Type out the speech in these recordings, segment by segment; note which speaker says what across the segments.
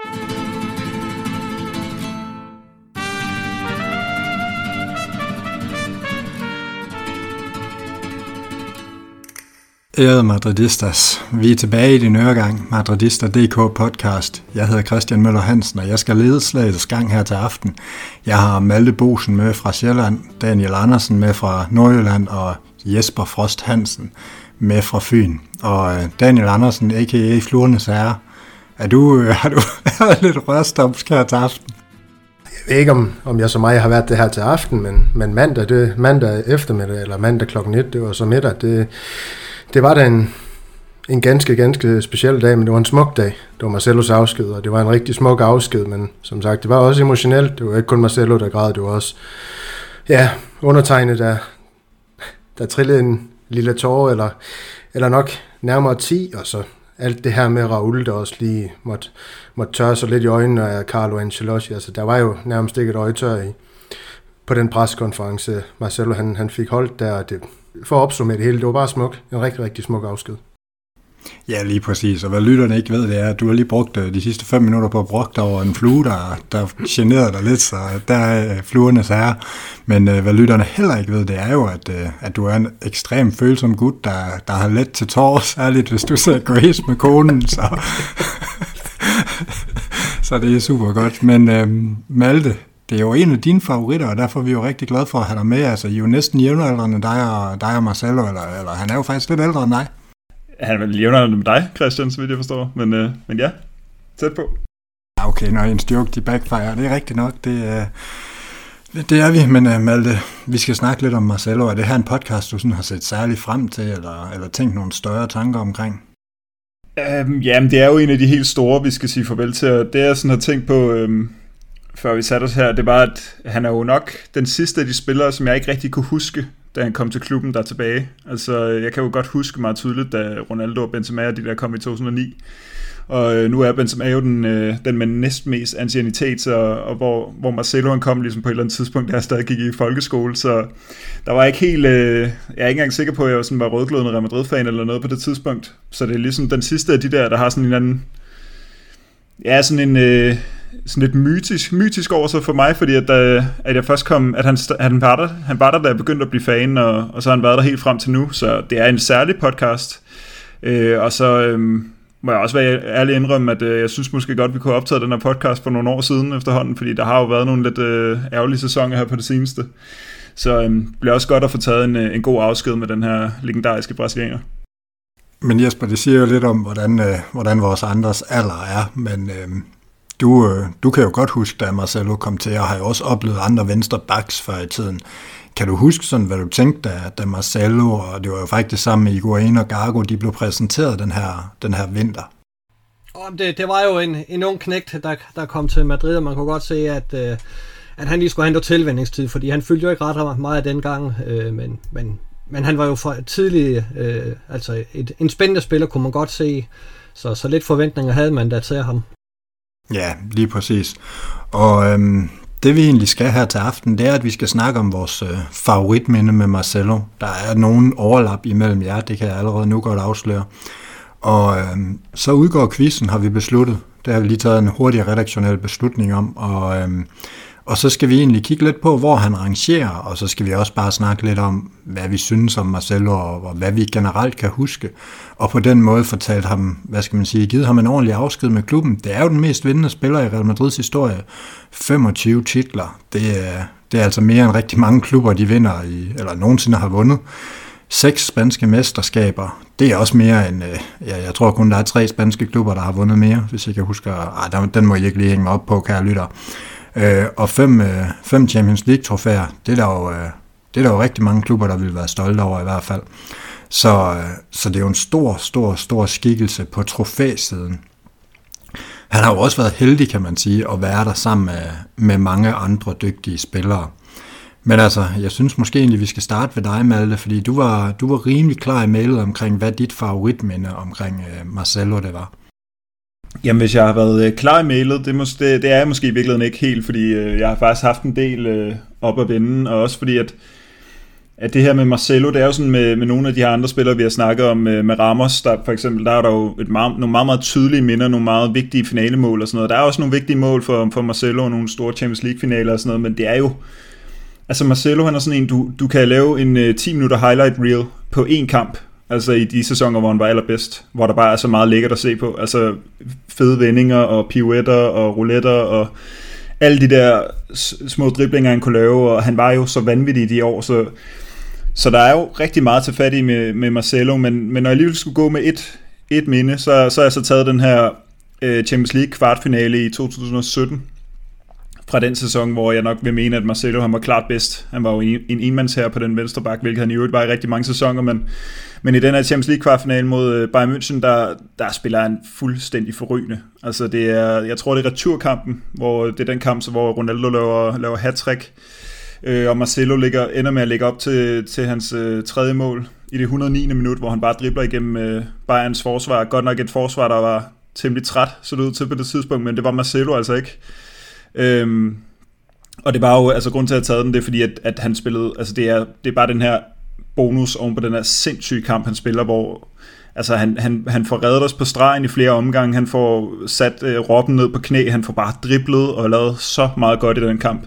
Speaker 1: Ærede Madridistas, vi er tilbage i din øregang, Madridista.dk podcast. Jeg hedder Christian Møller Hansen, og jeg skal lede slagets gang her til aften. Jeg har Malte Bosen med fra Sjælland, Daniel Andersen med fra Nordjylland og Jesper Frost Hansen med fra Fyn. Og Daniel Andersen, a.k.a. Fluernes Herre, har du lidt rørstomsk her til aften?
Speaker 2: Jeg ved ikke, om jeg så meget har været det her til aften, men mandag eftermiddag, eller mandag klokken 1, det var så middag, det var da en ganske speciel dag, men det var en smuk dag. Det var Marcelos afsked, og det var en rigtig smuk afsked, men som sagt, det var også emotionelt. Det var ikke kun Marcelo, der græd, det var også undertegnet, der trillede en lille tårer, eller nok nærmere 10, og så alt det her med Raul, der også lige måtte tørre sig lidt i øjnene af Carlo Ancelotti. Altså, der var jo nærmest ikke et øje tør i på den pressekonference, Marcelo han fik holdt der, og det, for at opsummere det hele, det var bare smuk. En rigtig, rigtig smuk afsked.
Speaker 1: Ja, lige præcis. Og hvad lytterne ikke ved, det er, at du har lige brugt de sidste 5 minutter på at brokke dig over en flue, der generede dig lidt, så der er Fluernes Herre. Men hvad lytterne heller ikke ved, det er jo, at du er en ekstrem følsom gut, der har let til tårer, særligt hvis du ser Grace med konen, så det er super godt. Men Malte, det er jo en af dine favoritter, og derfor er vi jo rigtig glade for at have dig med. Altså, I er jo næsten jævnaldrende dig og Marcelo, eller han er jo faktisk lidt ældre end dig.
Speaker 3: Han er vel jævnaldrende med dig, Christian, så vidt jeg forstår. Men ja, tæt på.
Speaker 1: Okay, når en joke, de backfire, det er rigtigt nok. Det er vi, men Malte, vi skal snakke lidt om Marcelo. Er det her en podcast, du sådan har set særligt frem til, eller tænkt nogle større tanker omkring?
Speaker 3: Jamen, det er jo en af de helt store, vi skal sige farvel til, og det jeg sådan har tænkt på, før vi satte os her, det var, at han er jo nok den sidste af de spillere, som jeg ikke rigtig kunne huske, da han kom til klubben der tilbage. Altså, jeg kan jo godt huske meget tydeligt, da Ronaldo og Benzema de der kom i 2009. Og nu er Benzema jo den med næstmest anciennitet, og hvor Marcelo han kom ligesom på et eller andet tidspunkt, da jeg stadig gik i folkeskole, så der var ikke helt, jeg er ikke engang sikker på, at jeg sådan var rødglødende Real Madrid-fan eller noget på det tidspunkt. Så det er ligesom den sidste af de der har sådan en anden, ja, sådan lidt mytisk over sig for mig, fordi at jeg først kom, at han var der, da jeg begyndte at blive fan, og så har han været der helt frem til nu, så det er en særlig podcast. Og så må jeg også være ærlig indrømme, at jeg synes måske godt, vi kunne have optaget den her podcast for nogle år siden efterhånden, fordi der har jo været nogle lidt ærgerlige sæsoner her på det seneste. Så det bliver også godt at få taget en god afsked med den her legendariske brasilianer.
Speaker 1: Men Jesper, det siger jo lidt om, hvordan vores andres alder er, men du kan jo godt huske, da Marcelo kom til, og har jo også oplevet andre venstre backs før i tiden. Kan du huske sådan, hvad du tænkte, da Marcelo, og det var jo faktisk sammen med Higuaín og Gago, de blev præsenteret den her vinter?
Speaker 4: Det var jo en ung knægt, der kom til Madrid, og man kunne godt se, at han lige skulle have noget tilvænningstid, fordi han fyldte jo ikke ret meget dengang, men han var jo for tidlig, altså en spændende spiller, kunne man godt se, så lidt forventninger havde man da til ham.
Speaker 1: Ja, lige præcis. Og det vi egentlig skal her til aften, det er, at vi skal snakke om vores favoritminde med Marcelo. Der er nogen overlap imellem jer, det kan jeg allerede nu godt afsløre. Og så udgår quizzen, har vi besluttet. Det har vi lige taget en hurtig redaktionel beslutning om. Og så skal vi egentlig kigge lidt på, hvor han rangerer, og så skal vi også bare snakke lidt om, hvad vi synes om Marcelo, og hvad vi generelt kan huske. Og på den måde fortalt ham, givet ham en ordentlig afsked med klubben. Det er jo den mest vindende spiller i Real Madrids historie. 25 titler. Det er altså mere end rigtig mange klubber, de vinder eller nogensinde har vundet. 6 spanske mesterskaber. Det er også mere end, jeg tror kun, der er 3 spanske klubber, der har vundet mere, hvis jeg kan huske. Den må jeg ikke lige hænge mig op på, kære lytter. Og 5 Champions League-trofæer, det er der jo rigtig mange klubber, der vil være stolte over i hvert fald. Så det er jo en stor skikkelse på trofæsiden. Han har jo også været heldig, kan man sige, at være der sammen med mange andre dygtige spillere. Men altså, jeg synes måske egentlig, vi skal starte ved dig, Malte, fordi du var rimelig klar i mailet omkring, hvad dit favoritminde omkring Marcelo det var.
Speaker 3: Jamen, hvis jeg har været klar i mailet, det er jeg måske i virkeligheden ikke helt, fordi jeg har faktisk haft en del op at vende, og også fordi, at at det her med Marcelo, det er jo sådan med nogle af de her andre spillere, vi har snakket om, med Ramos, der for eksempel, der er der jo nogle meget, meget tydelige minder, nogle meget vigtige finalemål og sådan noget. Der er også nogle vigtige mål for Marcelo og nogle store Champions League-finaler og sådan noget, men det er jo, altså Marcelo, han er sådan en, du kan lave en 10 minutter highlight reel på én kamp, altså i de sæsoner, hvor han var allerbedst, hvor der bare er så meget lækkert at se på, altså fede vendinger og pirouetter og rouletter og alle de der små driblinger, han kunne lave, og han var jo så vanvittig i de år, så der er jo rigtig meget til fat i med Marcelo, men når jeg alligevel skulle gå med et minde, så har jeg så taget den her Champions League kvartfinale i 2017, fra den sæson, hvor jeg nok vil mene, at Marcelo han var klart bedst. Han var jo en enmandsherre på den venstre bak, hvilket han i øvrigt var i rigtig mange sæsoner, men i den her Champions League kvartfinale mod Bayern München, der spiller han fuldstændig forrygende. Altså jeg tror det er returkampen, hvor det er den kamp, hvor Ronaldo laver hat-trick, og Marcelo ender med at lægge op til hans tredje mål i det 109. minut, hvor han bare dribler igennem Bayerns forsvar. Godt nok et forsvar, der var temmelig træt, så det ud til på det tidspunkt, men det var Marcelo altså ikke. Og det var jo, altså grund til at have taget den, det er fordi, at han spillede, altså det er bare den her bonus oven på den her sindssyge kamp, han spiller, hvor altså han får reddet os på stregen i flere omgange, han får sat Robben ned på knæ, han får bare driblet og lavet så meget godt i den kamp.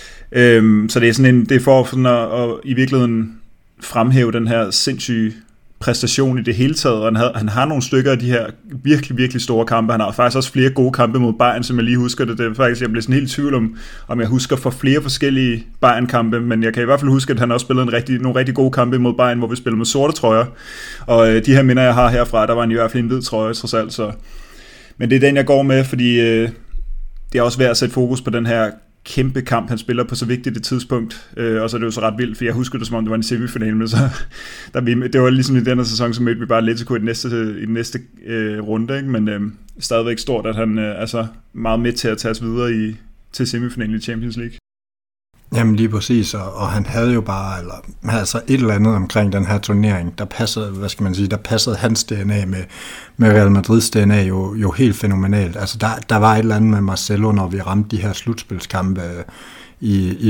Speaker 3: Så det er sådan det er for sådan at i virkeligheden fremhæve den her sindssyge præstation i det hele taget, og han har nogle stykker af de her virkelig, virkelig store kampe. Han har faktisk også flere gode kampe mod Bayern, som jeg lige husker det. Det er faktisk, jeg bliver sådan helt i tvivl om jeg husker for flere forskellige Bayern-kampe, men jeg kan i hvert fald huske, at han også spillede nogle rigtig gode kampe mod Bayern, hvor vi spillede med sorte trøjer, og de her minder, jeg har herfra, der var han i hvert fald en hvid trøje, trods alt. Så. Men det er den, jeg går med, fordi det er også værd at sætte fokus på den her kæmpe kamp, han spiller på så vigtigt et tidspunkt, og så er det jo så ret vildt, for jeg husker det, som om det var en semifinale, men så, det var ligesom i denne sæson, så mødte vi bare Atletico i den næste runde, ikke? Men stadigvæk stort, at han er meget med til at tage os videre til semifinalen i Champions League.
Speaker 1: Jamen lige præcis, og han havde jo bare, altså et eller andet omkring den her turnering, der passede, der passede hans DNA med Real Madrids DNA jo helt fænomenalt. Altså der var et eller andet med Marcelo, når vi ramte de her slutspilskampe i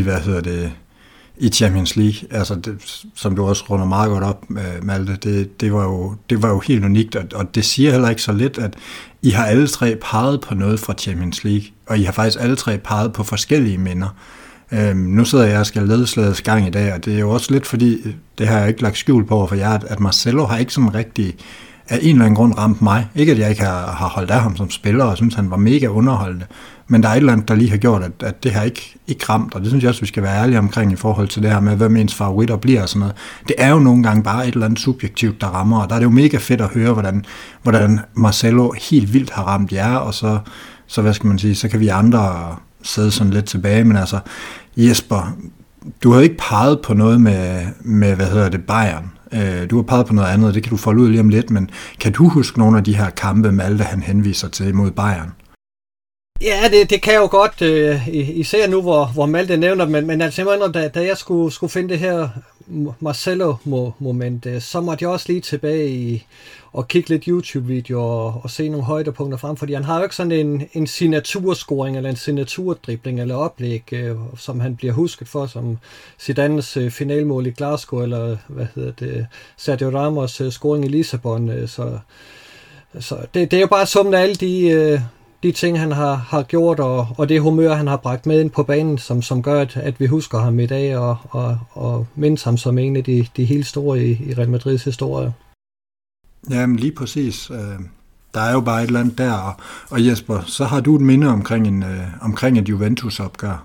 Speaker 1: i Champions League, altså det, som du også runder meget godt op, Malte, det var jo helt unikt, og det siger heller ikke så lidt, at I har alle tre peget på noget fra Champions League, og I har faktisk alle tre peget på forskellige minder. Nu sidder jeg og skal lede slagets gang i dag, og det er jo også lidt fordi, det har jeg ikke lagt skjul på for jer, at Marcelo har ikke sådan rigtig af en eller anden grund ramt mig. Ikke at jeg ikke har holdt af ham som spiller, og synes han var mega underholdende, men der er et eller andet, der lige har gjort, at det har ikke ramt, og det synes jeg også, vi skal være ærlige omkring i forhold til det her med, hvem ens favoritter bliver og sådan noget. Det er jo nogle gange bare et eller andet subjektivt, der rammer, og der er det jo mega fedt at høre, hvordan Marcelo helt vildt har ramt jer, og så så kan vi andre sidde sådan lidt tilbage, men altså, Jesper, du har ikke peget på noget med Bayern. Du har peget på noget andet, det kan du folde ud lige om lidt, men kan du huske nogle af de her kampe, Malte han henviser til mod Bayern?
Speaker 4: Ja, det kan jeg jo godt, især nu, hvor Malte nævner, men altså, jeg må indrømme, da jeg skulle finde det her Marcelo-moment, så måtte jeg også lige tilbage og kigge lidt YouTube-videoer og se nogle højdepunkter frem, fordi han har jo ikke sådan en signaturscoring eller en signaturdribling eller oplæg, som han bliver husket for, som Zidanes finalmål i Glasgow, eller Sergio Ramos scoring i Lissabon. Så det er jo bare summen af alle de ting, han har gjort, og det humør, han har bragt med ind på banen, som gør, at vi husker ham i dag, og mindes ham som en af de helt store i Real Madrids historie.
Speaker 1: Jamen lige præcis. Der er jo bare et eller andet der, og Jesper, så har du et minde omkring et Juventus-opgør.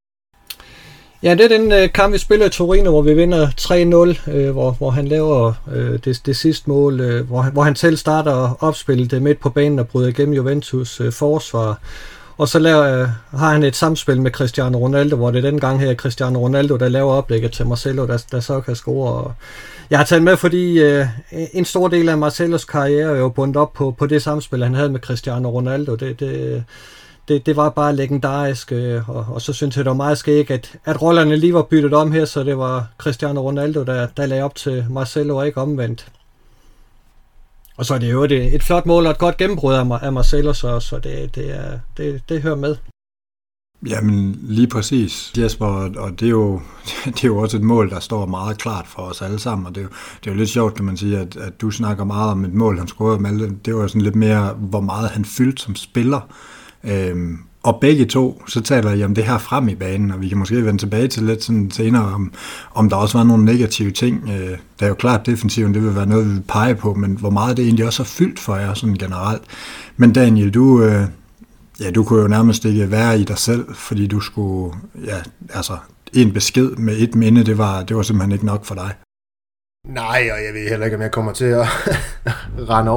Speaker 4: Ja, det er den kamp, vi spiller i Torino, hvor vi vinder 3-0, hvor han laver det sidste mål, hvor han selv starter opspillet midt på banen og bryder igennem Juventus forsvar. Og så har han et samspil med Cristiano Ronaldo, hvor det er den gang her Cristiano Ronaldo, der laver oplægget til Marcelo, der så kan score. Og jeg har taget med, fordi en stor del af Marcelos karriere er jo bundet op på det samspil, han havde med Cristiano Ronaldo. Det var bare legendarisk, og så synes jeg, det var meget skægt, at rollerne lige var byttet om her, så det var Cristiano Ronaldo, der lagde op til Marcelo og ikke omvendt. Og så er det jo et flot mål og et godt gennembrud af Marcelo, så det hører med.
Speaker 1: Jamen, lige præcis, Jesper, og det er jo også et mål, der står meget klart for os alle sammen, og det er jo lidt sjovt, kan man sige, at du snakker meget om et mål, han scorede med. Det var sådan lidt mere, hvor meget han fyldte som spiller. Og begge to, så taler I om det her frem i banen, og vi kan måske vende tilbage til lidt sådan senere, om der også var nogle negative ting. Det er jo klart, defensiven, det vil være noget, vi vil pege på, men hvor meget det egentlig også har fyldt for jer sådan generelt. Men Daniel, du kunne jo nærmest ikke være i dig selv, fordi du skulle, en besked med et minde, det var simpelthen ikke nok for dig.
Speaker 2: Nej, og jeg ved heller ikke, om jeg kommer til at rende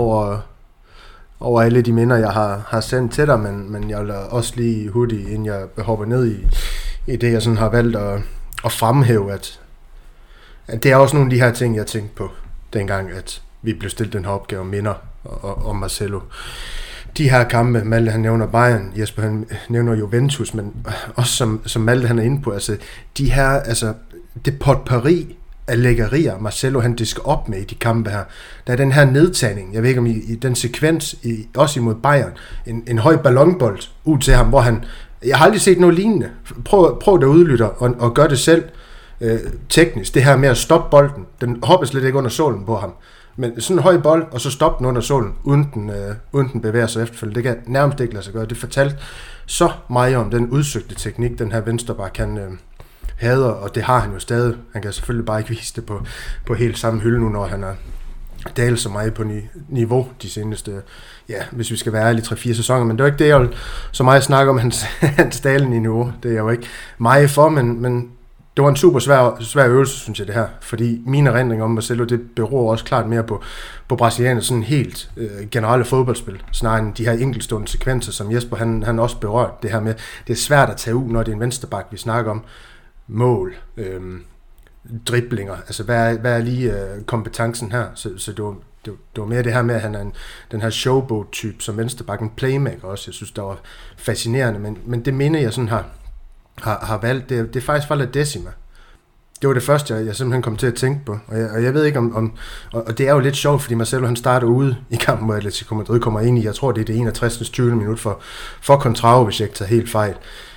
Speaker 2: over alle de minder, jeg har sendt til dig, men jeg vil også lige hurtigt, inden jeg hopper ned i det, jeg sådan har valgt at fremhæve, at det er også nogle af de her ting, jeg tænkte på, dengang, at vi blev stillet den her opgave minder om Marcelo. De her kampe, Malte han nævner Bayern, Jesper han nævner Juventus, men også som Malte han er inde på, altså de her, altså det potpourri af lækkerier, Marcelo han disker op med i de kampe her. Der er den her nedtagning, jeg ved ikke om i den sekvens, også imod Bayern, en høj ballonbold ud til ham, hvor jeg har aldrig set noget lignende. Prøv det udlytter og gør det selv teknisk. Det her med at stoppe bolden, den hopper slet ikke under sålen på ham. Men sådan en høj bold, og så stoppe den under sålen, uden den bevæger sig efterfølgende. Det kan nærmest ikke lade sig gøre. Det fortalte så meget om den udsøgte teknik, den her venstreback kan hader, og det har han jo stadig. Han kan selvfølgelig bare ikke vise det på helt samme hylde nu, når han har dalet så meget på niveau de seneste, hvis vi skal være ærlige, 3-4 sæsoner. Men det er jo ikke det, jeg vil så meget snakke om hans dalende niveau. Det er jeg jo ikke meget for, men det var en super svær øvelse, synes jeg, det her. Fordi mine erindringer om Marcelo, det beror også klart mere på brasilianer sådan helt generelle fodboldspil, snarere end de her enkeltstående sekvenser, som Jesper han også berørte. Det her med, det er svært at tage ud, når det er en venstreback, vi snakker om. Mål, driblinger, altså hvad er lige kompetencen her, så det var mere det her med, at han er den her showboat-type som venstreback, en playmaker også, jeg synes, der var fascinerende, men det minder jeg sådan har valgt, det er faktisk fra La Decima. Det var det første, jeg simpelthen kom til at tænke på, og jeg ved ikke om og det er jo lidt sjovt, fordi Marcelo han starter ude i kampen mod Atletico Madrid, kommer ind i, jeg tror det er det 61. 20. minut for Contrao, hvis jeg ikke tager helt fejl.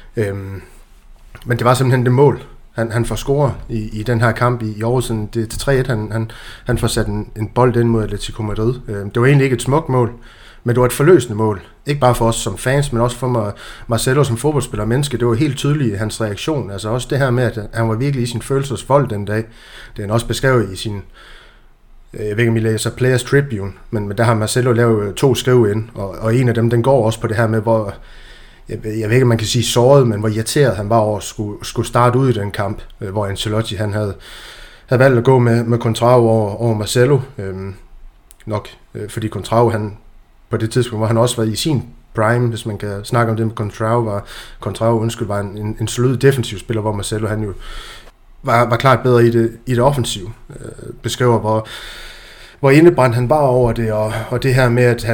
Speaker 2: Men det var simpelthen det mål, han får scoret i den her kamp i overtiden. Det er til 3-1, han får sat en bold ind mod Atletico Madrid. Det var egentlig ikke et smukt mål, men det var et forløsende mål. Ikke bare for os som fans, men også for Marcelo som fodboldspiller og menneske. Det var helt tydeligt i hans reaktion. Altså også det her med, at han var virkelig i sin følelsesvold den dag. Det er han også beskrevet i sin, jeg ved ikke om I læser Players Tribune, men der har Marcelo lavet 2 skrive ind, og en af dem, den går også på det her med, hvor jeg ved ikke, om man kan sige såret, men hvor irriteret han var over at skulle starte ud i den kamp, hvor Ancelotti han havde valgt at gå med Contrao over Marcelo. Nok fordi Contrao han på det tidspunkt, hvor han også var i sin prime, hvis man kan snakke om det med Contrao var en solid defensiv spiller, hvor Marcelo han jo var klart bedre i det offensive. Beskriver, hvor indebrændt han var over det, og det her med, at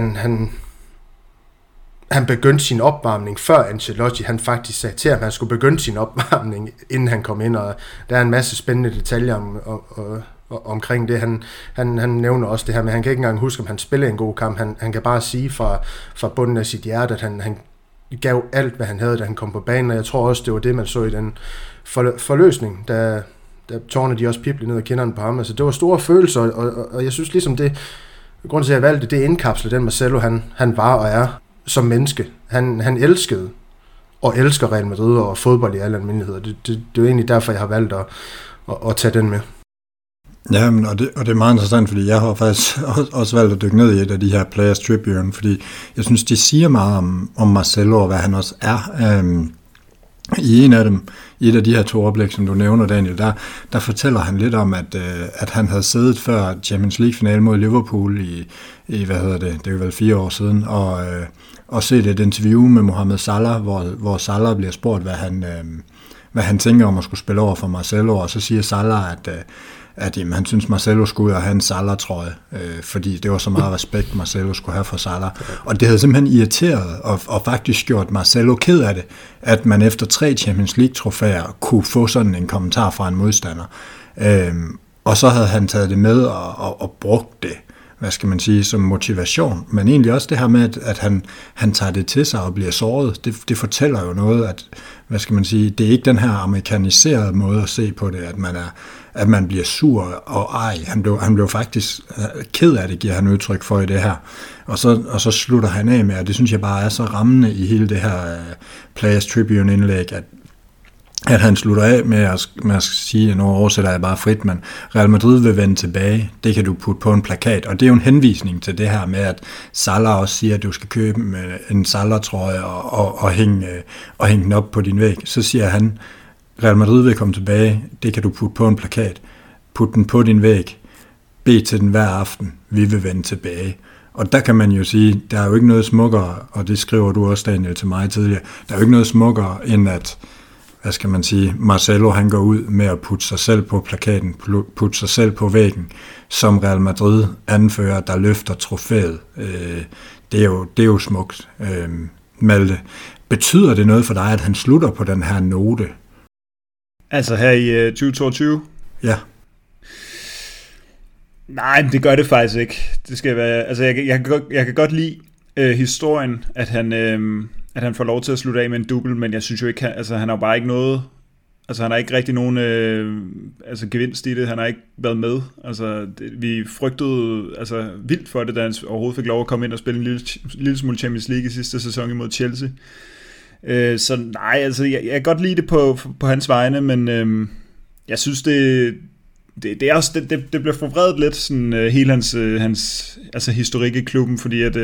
Speaker 2: han begyndte sin opvarmning, før Ancelotti han faktisk sagde til ham, at han skulle begynde sin opvarmning, inden han kom ind, og der er en masse spændende detaljer omkring det. Han nævner også det her med, at han kan ikke engang huske, om han spillede en god kamp. Han kan bare sige fra bunden af sit hjerte, at han gav alt, hvad han havde, da han kom på banen, og jeg tror også, det var det, man så i den forløsning, da tårerne de også piblede ned ad kinderne på ham. Altså, det var store følelser, og jeg synes ligesom det, grunden til, at jeg valgte det indkapsler den Marcelo, han var og er som menneske. Han elskede og elsker Real Madrid og fodbold i alle almindeligheder. Det er jo egentlig derfor, jeg har valgt at tage den med.
Speaker 1: Ja, men, og det er meget interessant, fordi jeg har faktisk også valgt at dykke ned i et af de her Players Tribune, fordi jeg synes, de siger meget om Marcelo og hvad han også er. I en af dem, i et af de her 2 oplæg, som du nævner, Daniel, der fortæller han lidt om, at han havde siddet før Champions League-finale mod Liverpool i hvad hedder det er jo vel 4 år siden, og set et interview med Mohamed Salah, hvor Salah bliver spurgt, hvad han tænker om at skulle spille over for Marcelo, og så siger Salah, at jamen, han synes, Marcelo skulle ud og have en Salah-trøje, fordi det var så meget respekt, Marcelo skulle have for Salah. Og det havde simpelthen irriteret og faktisk gjort Marcelo ked af det, at man efter 3 Champions League-trofæer kunne få sådan en kommentar fra en modstander. Og så havde han taget det med og brugt det hvad skal man sige, som motivation, men egentlig også det her med, at han tager det til sig og bliver såret. Det fortæller jo noget, at, hvad skal man sige, det er ikke den her amerikaniserede måde at se på det, at man bliver sur og ej. Han blev faktisk ked af det, giver han udtryk for i det her. Og så slutter han af med, og det synes jeg bare er så rammende i hele det her Players Tribune-indlæg, at han slutter af med at sige, nu oversætter jeg bare frit, men Real Madrid vil vende tilbage, det kan du putte på en plakat, og det er jo en henvisning til det her med, at Salah også siger, at du skal købe en Salah-trøje og hænge den op på din væg. Så siger han, Real Madrid vil komme tilbage, det kan du putte på en plakat, put den på din væg, bed til den hver aften, vi vil vende tilbage. Og der kan man jo sige, der er jo ikke noget smukkere, og det skriver du også, Daniel, til mig tidligere, der er jo ikke noget smukkere, end at, hvad skal man sige, Marcelo han går ud med at putte sig selv på plakaten, putte sig selv på væggen, som Real Madrid anfører, der løfter trofæet. Det er jo smukt. Malte, betyder det noget for dig, at han slutter på den her note?
Speaker 3: Altså her i 2022?
Speaker 1: Ja.
Speaker 3: Nej, det gør det faktisk ikke. Det skal være, altså jeg kan godt lide historien, at han får lov til at slutte af med en double, men jeg synes jo ikke, han har jo bare ikke noget, altså han har ikke rigtig nogen gevinst i det, han har ikke været med, vi frygtede vildt for det, da han overhovedet fik lov at komme ind og spille en lille smule Champions League i sidste sæson imod Chelsea. Så nej, jeg kan godt lide det på hans vegne, men jeg synes det er også, det bliver forvredet lidt, sådan hele hans historik i klubben, fordi at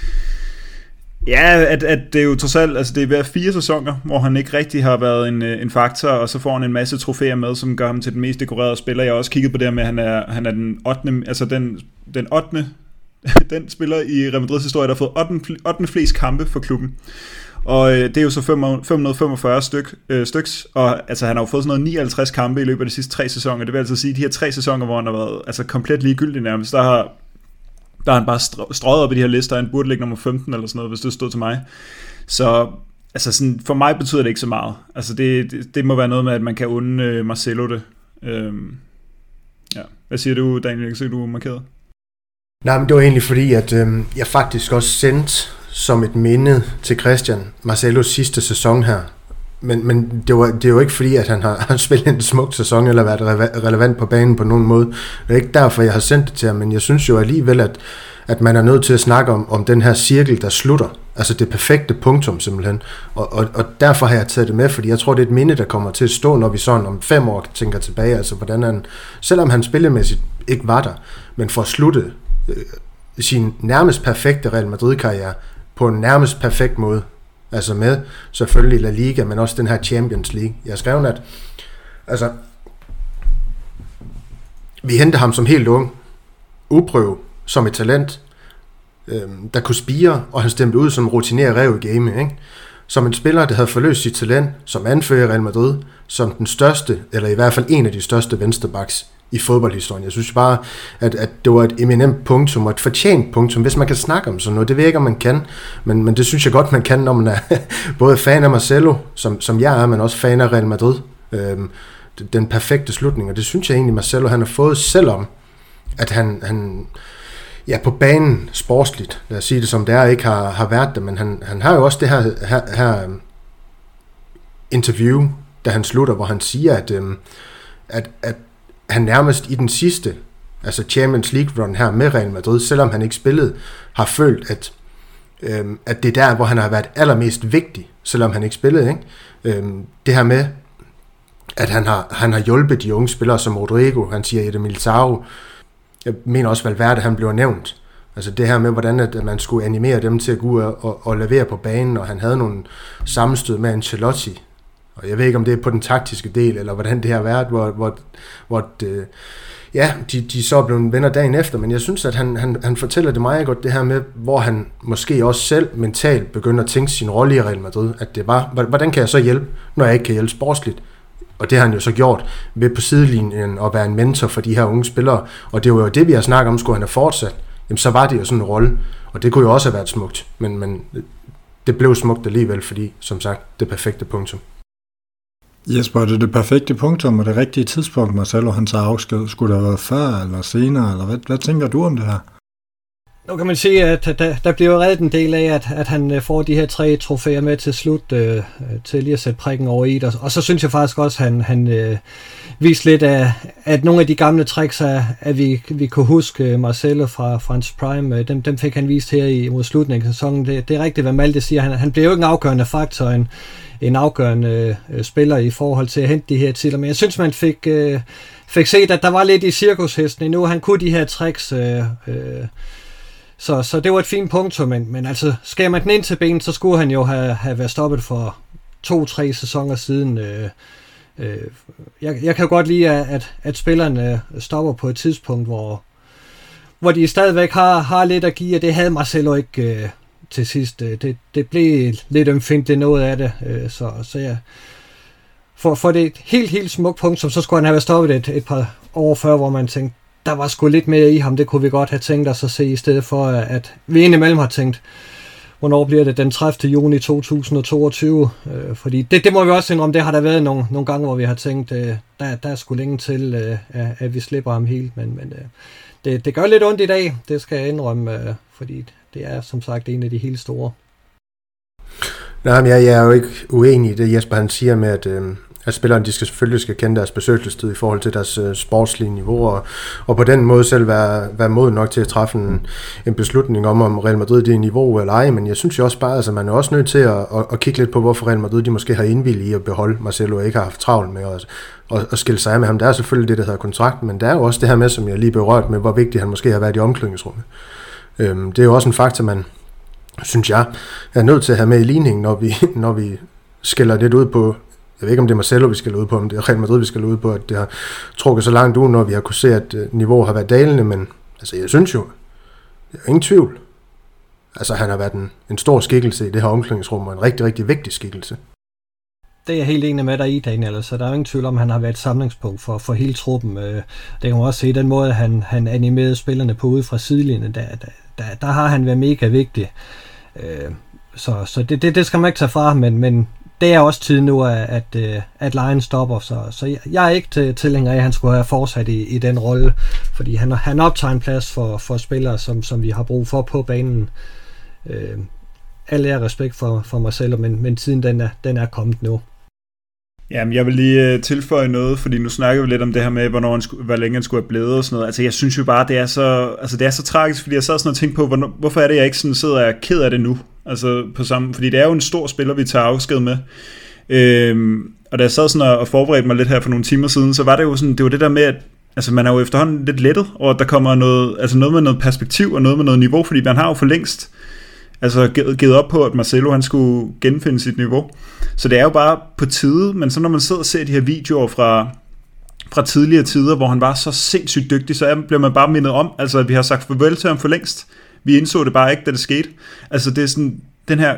Speaker 3: det er jo trods alt, det er været 4 sæsoner, hvor han ikke rigtig har været en faktor, og så får han en masse trofæer med, som gør ham til den mest dekorerede spiller. Jeg har også kigget på det med, at han er den 8. den 8. den spiller i Real Madrids historie, der har fået 8. flest kampe for klubben. Og det er jo så 545 styks, og han har jo fået sådan noget 59 kampe i løbet af de sidste 3 sæsoner. Det vil altså sige, at de her 3 sæsoner, hvor han har været komplet ligegyldig nærmest, der har han bare strøget op i de her lister. Han burde ligge nummer 15 eller sådan noget, hvis det stod til mig. Så sådan, for mig betyder det ikke så meget. Det må være noget med, at man kan unde Marcelo det. Ja. Hvad siger du, Daniel? Jeg kan se, du er markeret.
Speaker 2: Nej, men det var egentlig fordi, at jeg faktisk også sendte som et minde til Christian Marcelos sidste sæson her. Men det er jo ikke fordi, at han har spillet en smuk sæson eller været relevant på banen på nogen måde. Det er ikke derfor, jeg har sendt det til ham, men jeg synes jo alligevel, at man er nødt til at snakke om den her cirkel, der slutter. Altså det perfekte punktum simpelthen. Og derfor har jeg taget det med, fordi jeg tror, det er et minde, der kommer til at stå, når vi sådan om 5 år tænker tilbage. Altså hvordan han, selvom han spillemæssigt ikke var der, men for at slutte sin nærmest perfekte Real Madrid-karriere på en nærmest perfekt måde. Altså med selvfølgelig La Liga, men også den her Champions League. Jeg skrev, at vi hentede ham som helt ung, uprøvet, som et talent, der kunne spire, og han stemte ud som rutineret rev i game, ikke? Som en spiller, der havde forløst sit talent, som anfører Real Madrid, som den største, eller i hvert fald en af de største venstrebacks i fodboldhistorien. Jeg synes bare, at det var et eminent punktum, og et fortjent punktum, hvis man kan snakke om sådan noget. Det ved jeg ikke, om man kan, men det synes jeg godt, man kan, når man er både fan af Marcelo, som jeg er, men også fan af Real Madrid. Den perfekte slutning, og det synes jeg egentlig, Marcelo han har fået, selvom at han på banen sportsligt, lad os sige det som det er, ikke har været det, men han har jo også det her interview, da han slutter, hvor han siger, at han nærmest i den sidste, altså Champions League run her med Real Madrid, selvom han ikke spillede, har følt, at det er der, hvor han har været allermest vigtig, selvom han ikke spillede, ikke? Det her med, at han har hjulpet de unge spillere som Rodrigo, han siger Eder Militao, jeg mener også Valverde, han blev nævnt. Altså det her med, hvordan at man skulle animere dem til at gå ud og levere på banen, og han havde nogle sammenstød med Ancelotti. Og jeg ved ikke, om det er på den taktiske del, eller hvordan det har været, hvor de så er blevet venner dagen efter, men jeg synes, at han fortæller det meget godt, det her med, hvor han måske også selv mentalt begynder at tænke sin rolle i Real Madrid, at det var, hvordan kan jeg så hjælpe, når jeg ikke kan hjælpe sportsligt? Og det har han jo så gjort ved på sidelinjen at være en mentor for de her unge spillere, og det var jo det, vi har snakket om, skulle han have fortsat, jamen så var det jo sådan en rolle, og det kunne jo også have været smukt, men det blev smukt alligevel, fordi, som sagt, det perfekte punktum.
Speaker 1: Jesper, det perfekte punktum og det rigtige tidspunkt, Marcelo han tager afsked. Skulle det have været før eller senere, eller hvad tænker du om det her?
Speaker 4: Nu kan man sige, at der bliver reddet en del af, at han får de her 3 trofæer med til slut, til lige at sætte prikken over i det. Og så synes jeg faktisk også, at han viste lidt af, at nogle af de gamle tricks, at vi kunne huske Marcelo fra hans prime, dem fik han vist her mod slutningen af sæsonen. Det er rigtigt, hvad Malte siger. Han bliver jo ikke en afgørende faktor, en afgørende spiller i forhold til at hente de her titler. Men jeg synes, man fik set, at der var lidt i cirkushesten endnu. Han kunne de her tricks... Så det var et fint punktum, men altså, skærer man den ind til benet, så skulle han jo have været stoppet for 2-3 sæsoner siden. Jeg kan godt lide, at spillerne stopper på et tidspunkt, hvor de stadigvæk har lidt at give, og det havde Marcelo ikke til sidst. Det blev lidt ømfindtligt noget af det, så ja. For det helt smukt punktum, så skulle han have været stoppet et par år før, hvor man tænkte, der var sgu lidt mere i ham, det kunne vi godt have tænkt os at se, i stedet for, at vi indimellem har tænkt, hvornår bliver det den 30. juni 2022, fordi det må vi også indrømme, det har der været nogle gange, hvor vi har tænkt, der er sgu længe til, at vi slipper ham helt, men det gør lidt ondt i dag, det skal jeg indrømme, fordi det er som sagt en af de helt store.
Speaker 2: Nej, men jeg er jo ikke uenig i det, Jesper han siger med, at spillerne de selvfølgelig skal kende deres besøgelsestid i forhold til deres sportslige niveau, og på den måde selv være moden nok til at træffe en beslutning om Real Madrid det er niveau eller ej, men jeg synes jo også bare, altså man er også nødt til at kigge lidt på, hvorfor Real Madrid de måske har indvilget i at beholde Marcelo og ikke har haft travlt med at skille sig af med ham. Der er selvfølgelig det, der hedder kontrakt, men der er jo også det her med, som jeg lige berørt med, hvor vigtigt han måske har været i omklædningsrummet. Det er jo også en faktor, man synes jeg er nødt til at have med i ligningen, når vi skiller lidt ud på. Jeg ved ikke, om det er Marcelo, vi skal ud på, om det er Real Madrid, vi skal ud på, at det har trukket så langt ud, når vi har kunne se, at niveauet har været dalende, men altså, jeg synes jo, det er ingen tvivl. Altså, han har været en stor skikkelse i det her omklædningsrum, og en rigtig, rigtig vigtig skikkelse.
Speaker 4: Det er jeg helt enig med dig i, Daniel, så der er jo ingen tvivl om, at han har været et samlingspunkt for hele truppen. Det kan man også se, den måde, han animerede spillerne på ude fra sidelinjen, der har han været mega vigtig. Så det skal man ikke tage fra, men det er også tid nu, at Lion stopper, så jeg er ikke tilhænger af, at han skulle have fortsat i den rolle, fordi han optager en plads for spillere, som vi har brug for på banen. Alle er respekt for Marcelo, men tiden den er kommet nu.
Speaker 3: Jamen, jeg vil lige tilføje noget, fordi nu snakker vi lidt om det her med, hvor længe han skulle have blevet og sådan noget. Altså, jeg synes jo bare, det er så tragisk, fordi jeg sad sådan og tænkte på, hvorfor er det, jeg ikke sådan sidder og er ked af det nu? Altså, fordi det er jo en stor spiller, vi tager afsked med. Og da jeg sad sådan og forberedte mig lidt her for nogle timer siden, så var det jo sådan, det var det der med, at altså, man er jo efterhånden lidt lettet, og der kommer noget med noget perspektiv og noget med noget niveau, fordi man har jo for længst givet op på, at Marcelo han skulle genfinde sit niveau. Så det er jo bare på tide, men så når man sidder og ser de her videoer fra tidligere tider, hvor han var så sindssygt dygtig, så bliver man bare mindet om, altså at vi har sagt farvel til ham for længst. Vi indså det bare ikke, da det skete. Altså det er sådan, den her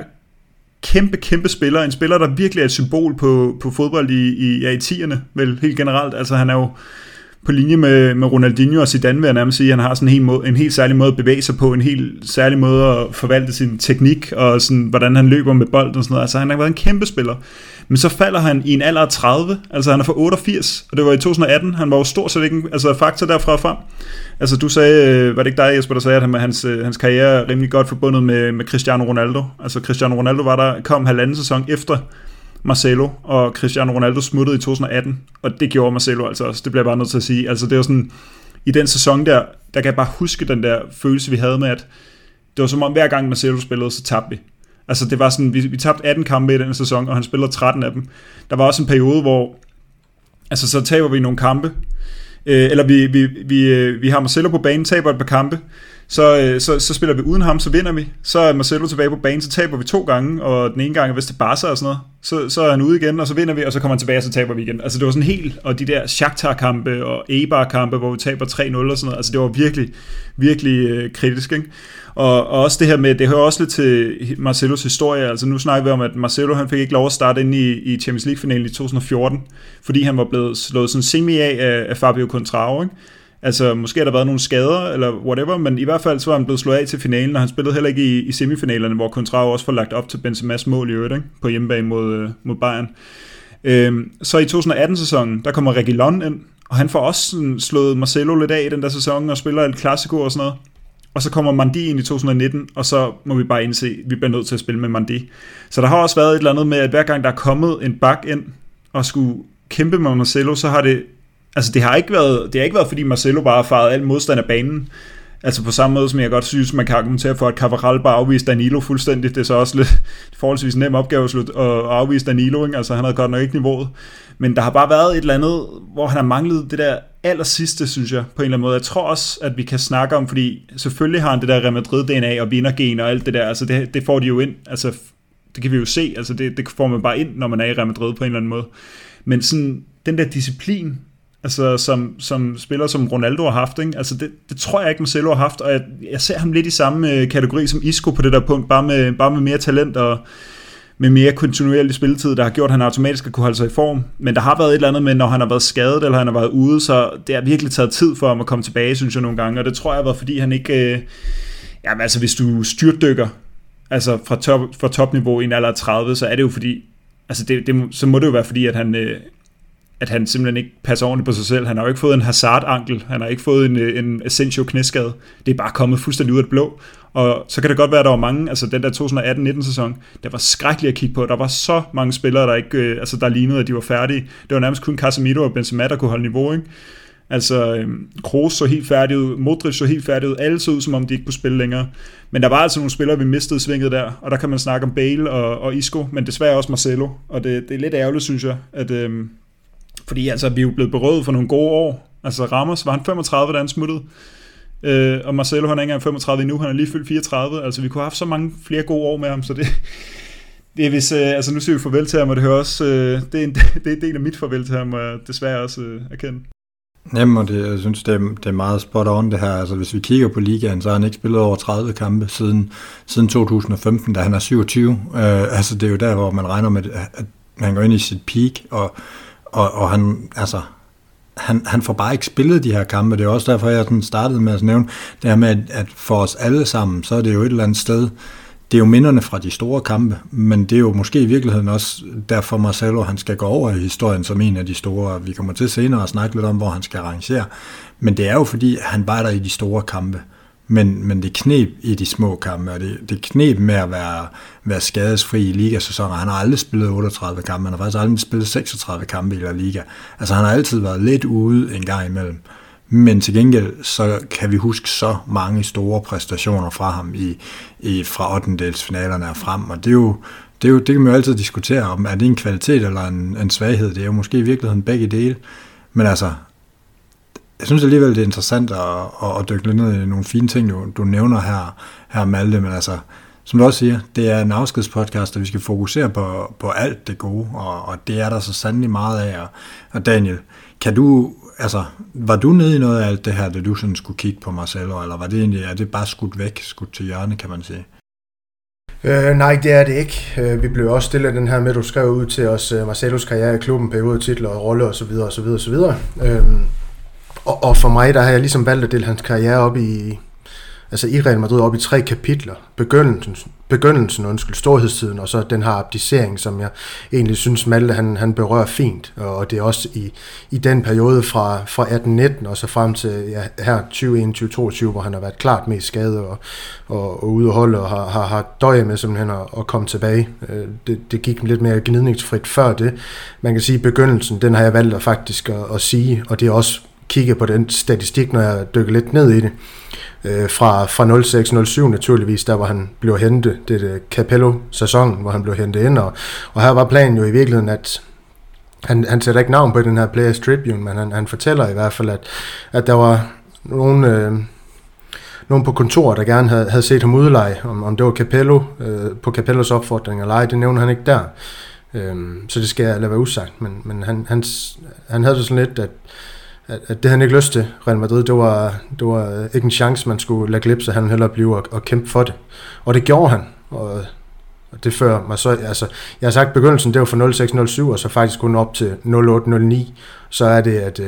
Speaker 3: kæmpe spiller, en spiller, der virkelig er et symbol på fodbold i 10'erne, vel helt generelt. Altså han er jo på linje med Ronaldinho og Zidane, vil jeg nærmest sige. Han har sådan en helt særlig måde at bevæge sig på, en helt særlig måde at forvalte sin teknik, og sådan, hvordan han løber med bolden og sådan noget. Altså han har været en kæmpe spiller. Men så falder han i en alder af 30, altså han er fra 88, og det var i 2018. Han var jo stort set ikke en faktor derfra frem. Altså du sagde, var det ikke dig, Jesper, der sagde, at hans karriere er rimelig godt forbundet med Cristiano Ronaldo. Altså Cristiano Ronaldo kom halvanden sæson efter Marcelo, og Cristiano Ronaldo smuttede i 2018, og det gjorde Marcelo altså også, det bliver jeg bare nødt til at sige. Altså det var sådan, i den sæson der kan jeg bare huske den der følelse, vi havde med, at det var som om hver gang Marcelo spillede, så tabte vi. Altså det var sådan, vi tabte 18 kampe i den sæson, og han spillede 13 af dem. Der var også en periode, hvor altså så taber vi nogle kampe, eller vi har Marcelo på banen, taber et par kampe, så spiller vi uden ham, så vinder vi. Så er Marcelo tilbage på banen, så taber vi 2 gange, og den ene gang er vist til Barca og sådan noget. Så er han ude igen, og så vinder vi, og så kommer han tilbage, og så taber vi igen. Altså det var sådan helt, og de der Shakhtar-kampe og Eibar-kampe, hvor vi taber 3-0 og sådan noget, altså det var virkelig, virkelig kritisk, ikke? Og også det her med, det hører også lidt til Marcelos historie, altså nu snakker vi om, at Marcelo han fik ikke lov at starte ind i Champions League-finalen i 2014, fordi han var blevet slået sådan semi af Fabio Contrao, ikke? Altså, måske har der været nogle skader, eller whatever, men i hvert fald så var han blevet slået af til finalen, og han spillede heller ikke i semifinalerne, hvor Contrao også får lagt op til Benzema's mål i øvrigt, ikke? På hjemmebane mod Bayern. Så i 2018-sæsonen, der kommer Reguilón ind, og han får også sådan slået Marcelo lidt af i den der sæson, og spiller El Clasico og sådan noget. og så kommer Mandi ind i 2019, og så må vi bare indse, at vi bliver nødt til at spille med Mandi. Så der har også været et eller andet med, at hver gang der er kommet en bak ind, og skulle kæmpe med Marcelo, så har det, altså det har ikke været, fordi Marcelo bare har faret al modstand af banen. Altså på samme måde, som jeg godt synes, man kan argumentere for, at Carvajal bare afviste Danilo fuldstændig. Det er så også lidt forholdsvis nem opgave at afvise Danilo, ikke? Altså han havde godt nok ikke niveauet. Men der har bare været et eller andet, hvor han har manglet det der allersidste, synes jeg, på en eller anden måde. Jeg tror også, at vi kan snakke om, fordi selvfølgelig har han det der Real Madrid-DNA og vindergen og alt det der. Altså det får de jo ind. Altså det kan vi jo se. Altså det får man bare ind, når man er i Real Madrid på en eller anden måde. Men sådan den der disciplin, altså som spiller som Ronaldo har haft, ikke? Altså det tror jeg ikke Marcelo har haft, og jeg ser ham lidt i samme kategori som Isco på det der punkt, bare med mere talent og med mere kontinuerlig spilletid, der har gjort, at han automatisk skal kunne holde sig i form. Men der har været et eller andet med, når han har været skadet, eller han har været ude, så det har virkelig taget tid for ham at komme tilbage, synes jeg nogle gange, og det tror jeg har været, fordi han ikke... jamen altså, hvis du styrtdykker altså fra topniveau i en alder af 30, så er det jo fordi... Altså, så må det jo være fordi, at han simpelthen ikke passer ordentligt på sig selv. Han har jo ikke fået en Hazard-ankel, han har ikke fået en Asensio-knæskade. Det er bare kommet fuldstændig ud af det blå. Og så kan det godt være, at der var mange, altså den der 2018-19 sæson, der var skrækkeligt at kigge på. Der var så mange spillere, der ikke, der lignede, at de var færdige. Det var nærmest kun Casemiro og Benzema, der kunne holde niveau, ikke? Altså, Kroos så helt færdig ud, Modric så helt færdig ud, alle så ud, som om de ikke kunne spille længere. Men der var altså nogle spillere, vi mistede svinget der, og der kan man snakke om Bale og Isco, men desværre også Marcelo. Og det er lidt ærgerligt, synes jeg, at... fordi altså, vi er jo blevet berøvet for nogle gode år. Altså Ramos, var han 35, da han smuttede? Og Marcelo, han er ikke engang 35 endnu, han er lige fyldt 34. Altså vi kunne have haft så mange flere gode år med ham, så det er hvis, altså nu siger vi farvel til ham, og det hører også, det er en del af mit farvel til ham, og desværre også erkende.
Speaker 1: Jamen, og jeg synes, det er meget spot on det her. Altså, hvis vi kigger på ligaen, så har han ikke spillet over 30 kampe siden 2015, da han er 27. Altså, det er jo der, hvor man regner med, at han går ind i sit peak, og han får bare ikke spillet de her kampe. Det er også derfor, jeg sådan startede med at nævne det her med, at for os alle sammen, så er det jo et eller andet sted, det er jo minderne fra de store kampe, men det er jo måske i virkeligheden også derfor Marcelo, han skal gå over i historien som en af de store. Vi kommer til senere at snakke lidt om, hvor han skal arrangere, men det er jo fordi, han bare er der i de store kampe. Men det kneb i de små kampe, og det kneb med at være skadesfri i ligasæsoner. Han har aldrig spillet 38 kampe, han har faktisk aldrig spillet 36 kampe i La Liga. Altså han har altid været lidt ude en gang imellem. Men til gengæld, så kan vi huske så mange store præstationer fra ham fra ottendedelsfinalerne og frem, og det kan man jo altid diskutere om, er det en kvalitet eller en svaghed? Det er jo måske i virkeligheden begge dele, men altså, jeg synes alligevel, det er interessant at dykke lidt ned i nogle fine ting, du nævner her Malte, men altså, som du også siger, det er en afskedspodcast, og vi skal fokusere på alt det gode, og det er der så sandelig meget af. Og Daniel, var du nede i noget af alt det her, da du sådan skulle kigge på Marcelo, eller var det egentlig, er det bare skudt til hjørne, kan man sige?
Speaker 2: Nej, det er det ikke. Vi blev også stillet den her med, du skrev ud til os Marcelos karriere i klubben, periode, titler og rolle osv. Og for mig, der har jeg ligesom valgt at dele hans karriere op i Real Madrid op i 3 kapitler. Begyndelsen, storhedstiden, og så den her abdicering, som jeg egentlig synes, Malte han berører fint. Og det er også i den periode fra 18-19 og så frem til her 2021-22, hvor han har været klart mest skadet og ude at holde og har døjet med simpelthen at komme tilbage. Det gik lidt mere gnidningsfrit før det. Man kan sige, begyndelsen, den har jeg valgt faktisk at sige, og det er også kigge på den statistik, når jeg dykker lidt ned i det. Fra 06-07 naturligvis, der hvor han blev hentet, det er Capello-sæsonen, hvor han blev hentet ind, og her var planen jo i virkeligheden, at han sætter ikke navn på den her Players Tribune, men han fortæller i hvert fald, at der var nogen på kontoret, der gerne havde set ham udleje, om det var Capello, på Capellos opfordring eller ej, det nævner han ikke der. Så det skal jeg lade være usagt, men han havde det sådan lidt, at det han ikke lyst til, Real Madrid, det var ikke en chance, man skulle lade glip, så han hellere blive og kæmpe for det. Og det gjorde han, og det fører mig så, altså, jeg har sagt begyndelsen, det var fra 06-07, og så faktisk kun op til 08-09, så er det,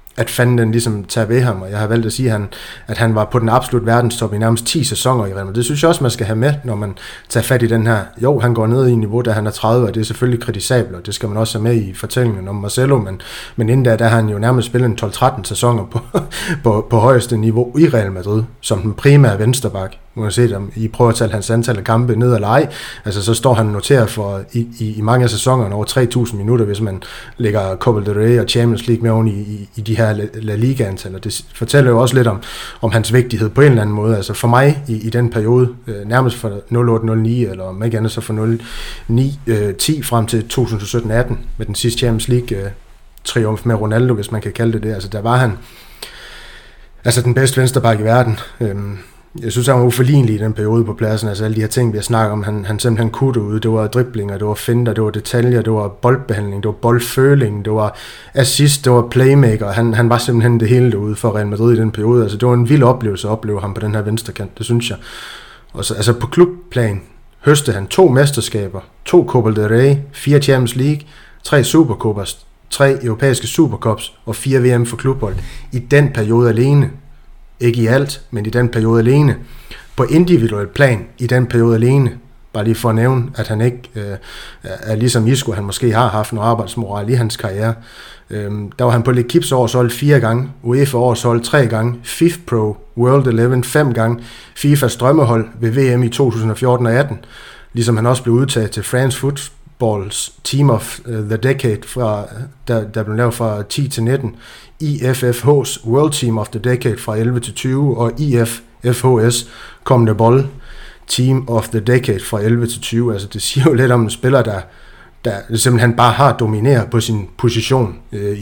Speaker 2: at fanden den ligesom tager ved ham, og jeg har valgt at sige, at han var på den absolut verdenstop i nærmest 10 sæsoner i Real Madrid. Det synes jeg også, man skal have med, når man tager fat i den her. Jo, han går ned i niveau, da han er 30, og det er selvfølgelig kritisabelt, og det skal man også have med i fortællingen om Marcelo, men inden da har han jo nærmest spillet en 12-13 sæsoner på højeste niveau i Real Madrid, som den primære venstreback. Uanset om I prøver at tale hans antal af kampe ned eller ej, altså så står han noteret for i mange af sæsonerne over 3.000 minutter, hvis man lægger Copa del Rey og Champions League med oven i de her La Liga-antal, og det fortæller jo også lidt om hans vigtighed på en eller anden måde. Altså for mig i den periode, nærmest fra 08-09, eller om ikke andet så fra 09-10 frem til 2017-18, med den sidste Champions League-triumf med Ronaldo, hvis man kan kalde det det, altså der var han altså den bedste venstreback i verden. Jeg synes, han var uforlignelig i den periode på pladsen. Altså alle de her ting, vi har snakket om, han simpelthen kunne derude. Det var driblinger, det var finter, det var detaljer, det var boldbehandling, det var boldføling, det var assist, det var playmaker. Han var simpelthen det hele derude for Real Madrid i den periode. Altså det var en vild oplevelse at opleve ham på den her venstrekant, det synes jeg. Og så, altså på klubplan høste han 2 mesterskaber, 2 Copa del Rey, 4 Champions League, 3 Supercopas, 3 europæiske Supercups og 4 VM for klubhold i den periode alene. Ikke i alt, men i den periode alene. På individuel plan, i den periode alene. Bare lige for at nævne, at han ikke er ligesom Isco, han måske har haft noget arbejdsmoral i hans karriere. Der var han på L'Equipes årshold 4 gange, UEFA årshold 3 gange, FIFA Pro World 11 5 gange, FIFAs drømmehold ved VM i 2014 og 18. Ligesom han også blev udtaget til France Footballs Team of the Decade, der blev lavet fra 10 til 19. IFFH's World Team of the Decade fra 11 til 20, og IFFH's CONMEBOL Team of the Decade fra 11 til 20. Altså det siger jo lidt om en spiller, der simpelthen bare har domineret på sin position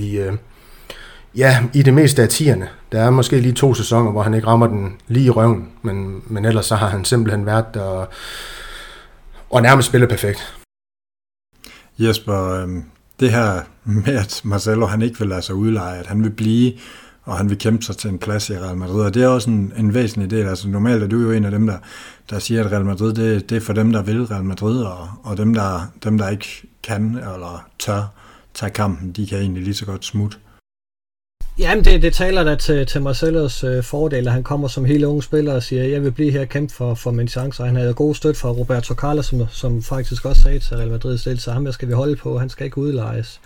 Speaker 2: i det meste af 10'erne. Der er måske lige 2 sæsoner, hvor han ikke rammer den lige i røven, men ellers så har han simpelthen været der og nærmest spillet perfekt.
Speaker 1: Jesper, det her med, at Marcelo han ikke vil lade sig udleje, at han vil blive, og han vil kæmpe sig til en plads i Real Madrid, og det er også en væsentlig del. Altså normalt er du jo en af dem, der siger, at Real Madrid, det er for dem, der vil Real Madrid, og dem, der ikke kan eller tør tage kampen, de kan egentlig lige så godt smutte.
Speaker 4: Jamen, det taler da til Marcelos fordel, at han kommer som helt unge spiller og siger, jeg vil blive her og kæmpe for min chance, og han havde god støtte fra Roberto Carlos, som faktisk også sagde til Real Madrid selv, så ham der skal vi holde på, han skal ikke udlejes.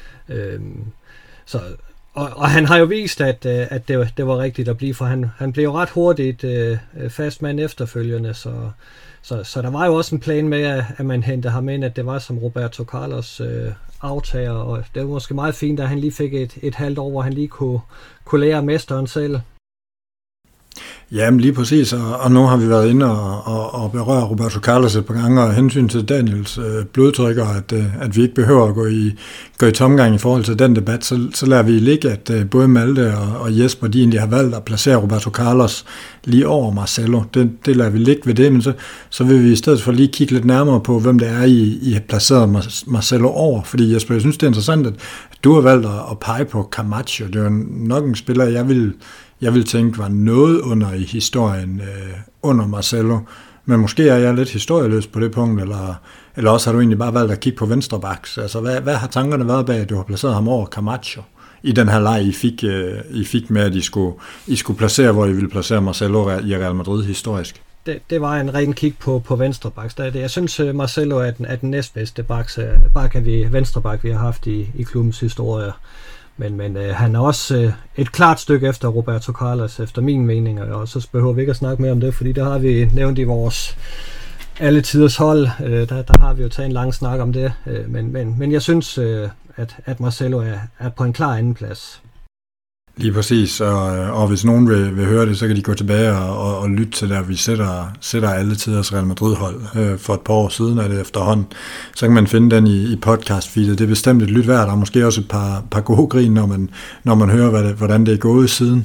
Speaker 4: Og han har jo vist, at det var rigtigt at blive, for han blev jo ret hurtigt fast mand efterfølgende, så der var jo også en plan med, at man hentede ham ind, at det var som Roberto Carlos aftager, og det var måske meget fint, at han lige fik et halvt år, hvor han lige kunne lære mesteren selv.
Speaker 1: Jamen lige præcis, og nu har vi været inde og berøre Roberto Carlos et par gange, og hensyn til Daniels blodtryk, og at vi ikke behøver at gå i tomgang i forhold til den debat, så lader vi ligge, at både Malte og Jesper, de egentlig har valgt at placere Roberto Carlos lige over Marcelo. Det lader vi ligge ved det, men så vil vi i stedet for lige kigge lidt nærmere på, hvem det er, I har placeret Marcelo over, fordi Jesper, jeg synes, det er interessant, at du har valgt at pege på Camacho. Det er jo nok en spiller, jeg vil tænke var noget under i historien under Marcelo, men måske er jeg lidt historieløs på det punkt, eller også har du egentlig bare valgt at kigge på venstrebacks. Altså, hvad har tankerne været bag, at du har placeret ham over Camacho i den her leg, I fik med, at I skulle placere, hvor I ville placere Marcelo i Real Madrid historisk?
Speaker 4: Det var en ren kig på venstrebacks. Jeg synes, Marcelo er den næstbedste venstreback, vi har haft i klubbens historie. Men han er også et klart stykke efter Roberto Carlos, efter min mening, og så behøver vi ikke at snakke mere om det, fordi der har vi nævnt i vores alle tiders hold, der har vi jo taget en lang snak om det, men jeg synes, at Marcelo er på en klar anden plads.
Speaker 1: Lige præcis, og hvis nogen vil høre det, så kan de gå tilbage og lytte til, der vi sætter alle tiders Real Madrid-hold for et par år siden af det efterhånden. Så kan man finde den i podcast-feedet. Det er bestemt et lyt værd. Der er måske også et par gode grin, når man hører, hvordan det er gået siden.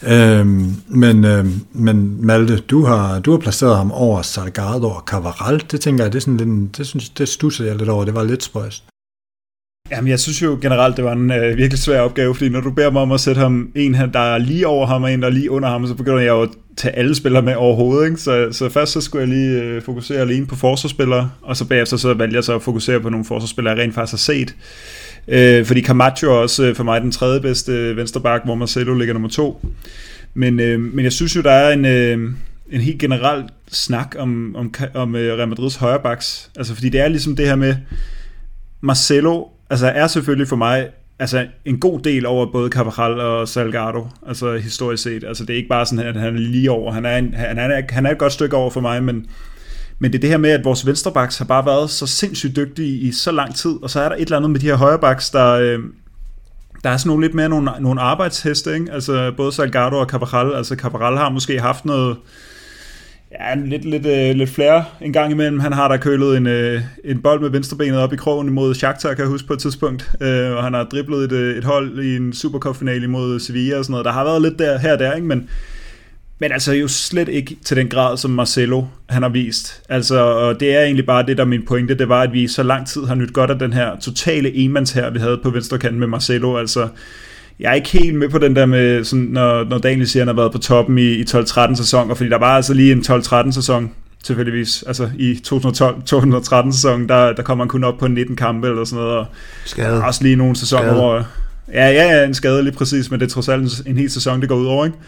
Speaker 1: Men Malte, du har placeret ham over Salgado og Cavaral. Det tænker jeg, det studser jeg lidt over. Det var lidt spøjst.
Speaker 3: Jamen, jeg synes jo generelt, det var en virkelig svær opgave, fordi når du beder mig om at sætte ham en her, der er lige over ham, og en, der er lige under ham, så begynder jeg jo at tage alle spillere med overhovedet, ikke? Så først så skulle jeg lige fokusere alene på forsvarsspillere, og så bagefter så valgte jeg så at fokusere på nogle forsvarsspillere, jeg rent faktisk har set. Fordi Camacho er også for mig den tredje bedste venstreback, hvor Marcelo ligger nummer 2. Men jeg synes jo, der er en helt generel snak om Real Madrids højrebacks. Altså, fordi det er ligesom det her med Marcelo, altså er selvfølgelig for mig altså en god del over både Carvajal og Salgado, altså historisk set. Altså det er ikke bare sådan, at han er lige over. Han er et godt stykke over for mig, men det er det her med, at vores venstrebacks har bare været så sindssygt dygtige i så lang tid, og så er der et eller andet med de her højrebacks, der er sådan nogle lidt mere nogle arbejdsheste, ikke? Altså både Salgado og Carvajal. Altså Carvajal har måske haft noget, ja, lidt flere en gang imellem. Han har der kølet en bold med venstrebenet op i krogen imod Shakhtar, kan jeg huske på et tidspunkt, og han har driblet et hold i en Supercup-finale imod Sevilla og sådan noget. Der har været lidt der, ikke? Men altså jo slet ikke til den grad, som Marcelo han har vist. Altså, og det er egentlig bare det, der er min pointe. Det var, at vi så lang tid har nydt godt af den her totale enmandshær, vi havde på venstrekanten med Marcelo. Altså, jeg er ikke helt med på den der med, sådan, når Daniel siger, at han har været på toppen i 12-13 sæsoner, fordi der var altså lige en 12-13 sæson, tilfældigvis. Altså i 2012-2013 sæson, der kommer man kun op på 19 kampe eller sådan noget. Og
Speaker 2: skade.
Speaker 3: Også lige nogle sæsoner, hvor... Ja, en skade lige præcis, men det er trods alt en hel sæson, det går ud over, ikke?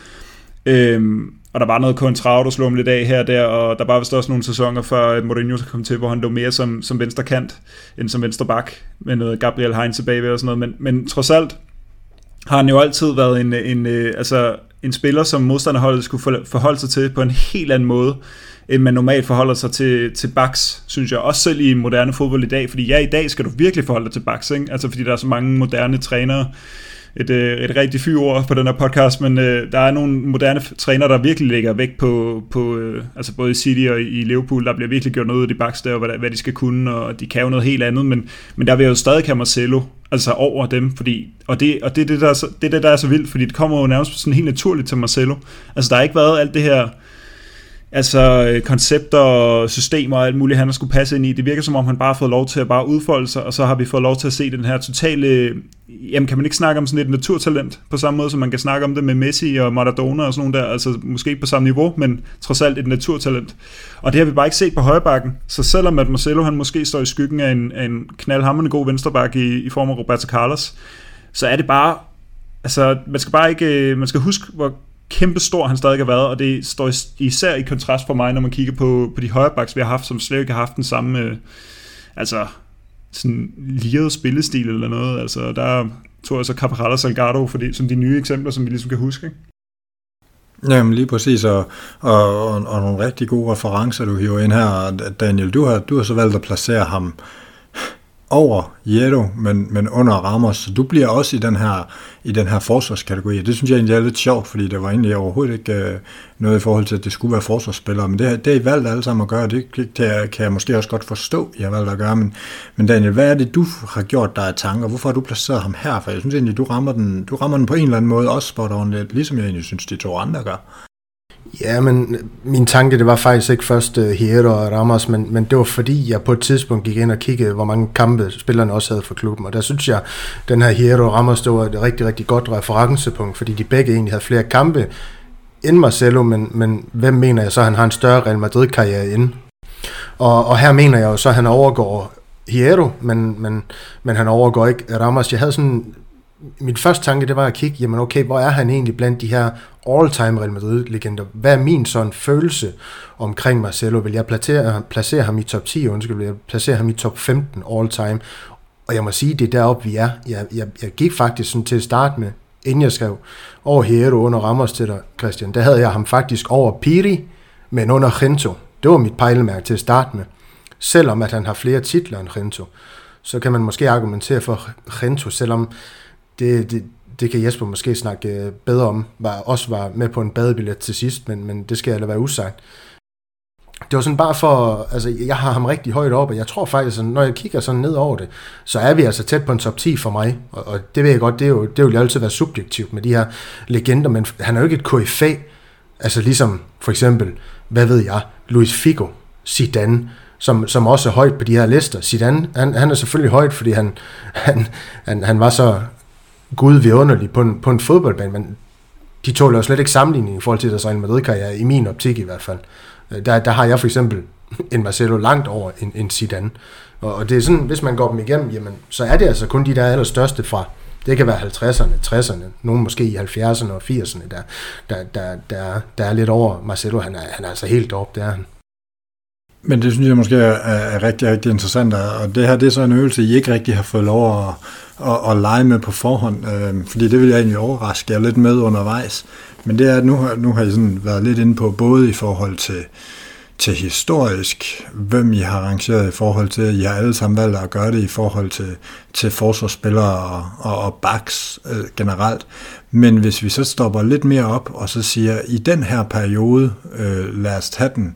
Speaker 3: Og der var noget Contrao, der slog ham lidt af her og der, og der var vist også nogle sæsoner før Mourinho kom til, hvor han lå mere som venstre kant end som venstre bak, med noget Gabriel Heinz tilbage og sådan noget, men trods alt har han jo altid været en spiller, som modstanderholdet skulle forholde sig til på en helt anden måde, end man normalt forholder sig til backs, synes jeg, også selv i moderne fodbold i dag, fordi i dag skal du virkelig forholde dig til backs, ikke? Altså fordi der er så mange moderne trænere, et rigtig fyord på den her podcast, men der er nogle moderne trænere, der virkelig lægger vægt på altså både i City og i Liverpool, der bliver virkelig gjort noget ud af de backs der, og hvad de skal kunne, og de kan jo noget helt andet, men der vil jo stadig have Marcelo altså over dem, fordi, og det er det, der er så vildt, fordi det kommer jo nærmest sådan helt naturligt til Marcelo. Altså der har ikke været alt det her altså koncepter og systemer og alt muligt, han har skulle passe ind i. Det virker som om, han bare har fået lov til at bare udfolde sig, og så har vi fået lov til at se den her totale... Jamen, kan man ikke snakke om sådan et naturtalent på samme måde, som man kan snakke om det med Messi og Maradona og sådan nogle der, altså måske ikke på samme niveau, men trods alt et naturtalent. Og det har vi bare ikke set på højrebakken. Så selvom at Marcelo, han måske står i skyggen af en knaldhamrende god venstreback i form af Roberto Carlos, så er det bare... Altså, man skal huske, hvor kæmpe stor han stadig har været, og det står især i kontrast for mig, når man kigger på de højrebacks, vi har haft, som slet ikke har haft den samme, altså sådan liret spillestil eller noget. Altså der tog jeg så Carvajal og Salgado, fordi, som de nye eksempler, som vi ligesom kan huske, ikke?
Speaker 1: Jamen lige præcis, og nogle rigtig gode referencer, du hiver ind her, Daniel. Du har så valgt at placere ham over Hierro, men under Ramos, så du bliver også i den her forsvarskategori. Det synes jeg egentlig er lidt sjovt, fordi det var egentlig overhovedet ikke noget i forhold til, at det skulle være forsvarsspillere, men det er I valgt alle sammen at gøre, det kan jeg måske også godt forstå, I har valgt at gøre, men Daniel, hvad er det, du har gjort dig af tanker? Hvorfor har du placeret ham her? For jeg synes egentlig, du rammer den på en eller anden måde også spot on lidt, ligesom jeg egentlig synes, de to andre gør.
Speaker 2: Ja, men min tanke, det var faktisk ikke først Hierro og Ramos, men det var fordi, jeg på et tidspunkt gik ind og kiggede, hvor mange kampe spillerne også havde for klubben, og der synes jeg, den her Hierro og Ramos, det var et rigtig, rigtig godt referencepunkt, fordi de begge egentlig havde flere kampe end Marcelo, men hvem mener jeg så, han har en større Real Madrid-karriere inden? Og her mener jeg jo så, at han overgår Hierro, men han overgår ikke Ramos. Jeg havde sådan... Min første tanke, det var at kigge, jamen okay, hvor er han egentlig blandt de her all-time Real Madrid-legender? Hvad er min sådan følelse omkring Marcelo? Vil jeg placere ham i top 10, vil jeg placere ham i top 15 all-time? Og jeg må sige, det er deroppe, vi er. Jeg gik faktisk sådan til at starte med, inden jeg skrev over Hierro under Ramos til dig, Christian, der havde jeg ham faktisk over Piri, men under Gento. Det var mit pejlemærke til at starte med. Selvom at han har flere titler end Gento, så kan man måske argumentere for Gento, selvom det kan Jesper måske snakke bedre om, også var med på en badebillet til sidst, men det skal jeg lade være usagt. Det var sådan bare for, altså jeg har ham rigtig højt op, og jeg tror faktisk, når jeg kigger sådan ned over det, så er vi altså tæt på en top 10 for mig, og det ved jeg godt, det vil altid være subjektivt med de her legender, men han er jo ikke et KFA, altså ligesom for eksempel, hvad ved jeg, Luis Figo, Zidane, som også er højt på de her lister. Zidane, han er selvfølgelig højt, fordi han var så gudvidunderlig på en fodboldbane, men de tåler jo slet ikke sammenligning i forhold til deres Real Madrid-karriere, i min optik i hvert fald. Der har jeg for eksempel en Marcelo langt over en Zidane. Og det er sådan, hvis man går dem igennem, jamen, så er det altså kun de der allerstørste fra, det kan være 50'erne, 60'erne, nogen måske i 70'erne og 80'erne, der er lidt over Marcelo. Han er altså helt deroppe, det er han.
Speaker 1: Men det synes jeg måske er rigtig, rigtig interessant, og det her, det er så en øvelse, I ikke rigtig har fået lov at lege med på forhånd, fordi det vil jeg egentlig overraske jer lidt med undervejs. Men det er, at nu har I sådan været lidt inde på, både i forhold til historisk, hvem I har arrangeret i forhold til, at I har alle sammen valgt at gøre det i forhold til forsvarsspillere og backs generelt. Men hvis vi så stopper lidt mere op, og så siger, i den her periode, lad os tage den,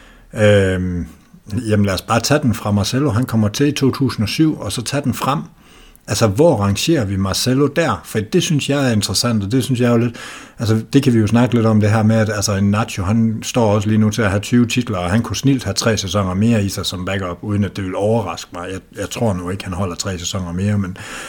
Speaker 1: jamen lad os bare tage den fra Marcelo, han kommer til i 2007, og så tage den frem. Altså, hvor rangerer vi Marcelo der? For det synes jeg er interessant, og det synes jeg jo lidt, altså det kan vi jo snakke lidt om det her med, at altså en Nacho, han står også lige nu til at have 20 titler, og han kunne snilt have 3 sæsoner mere i sig som backup, uden at det ville overraske mig. Jeg tror nu ikke, han holder 3 sæsoner mere,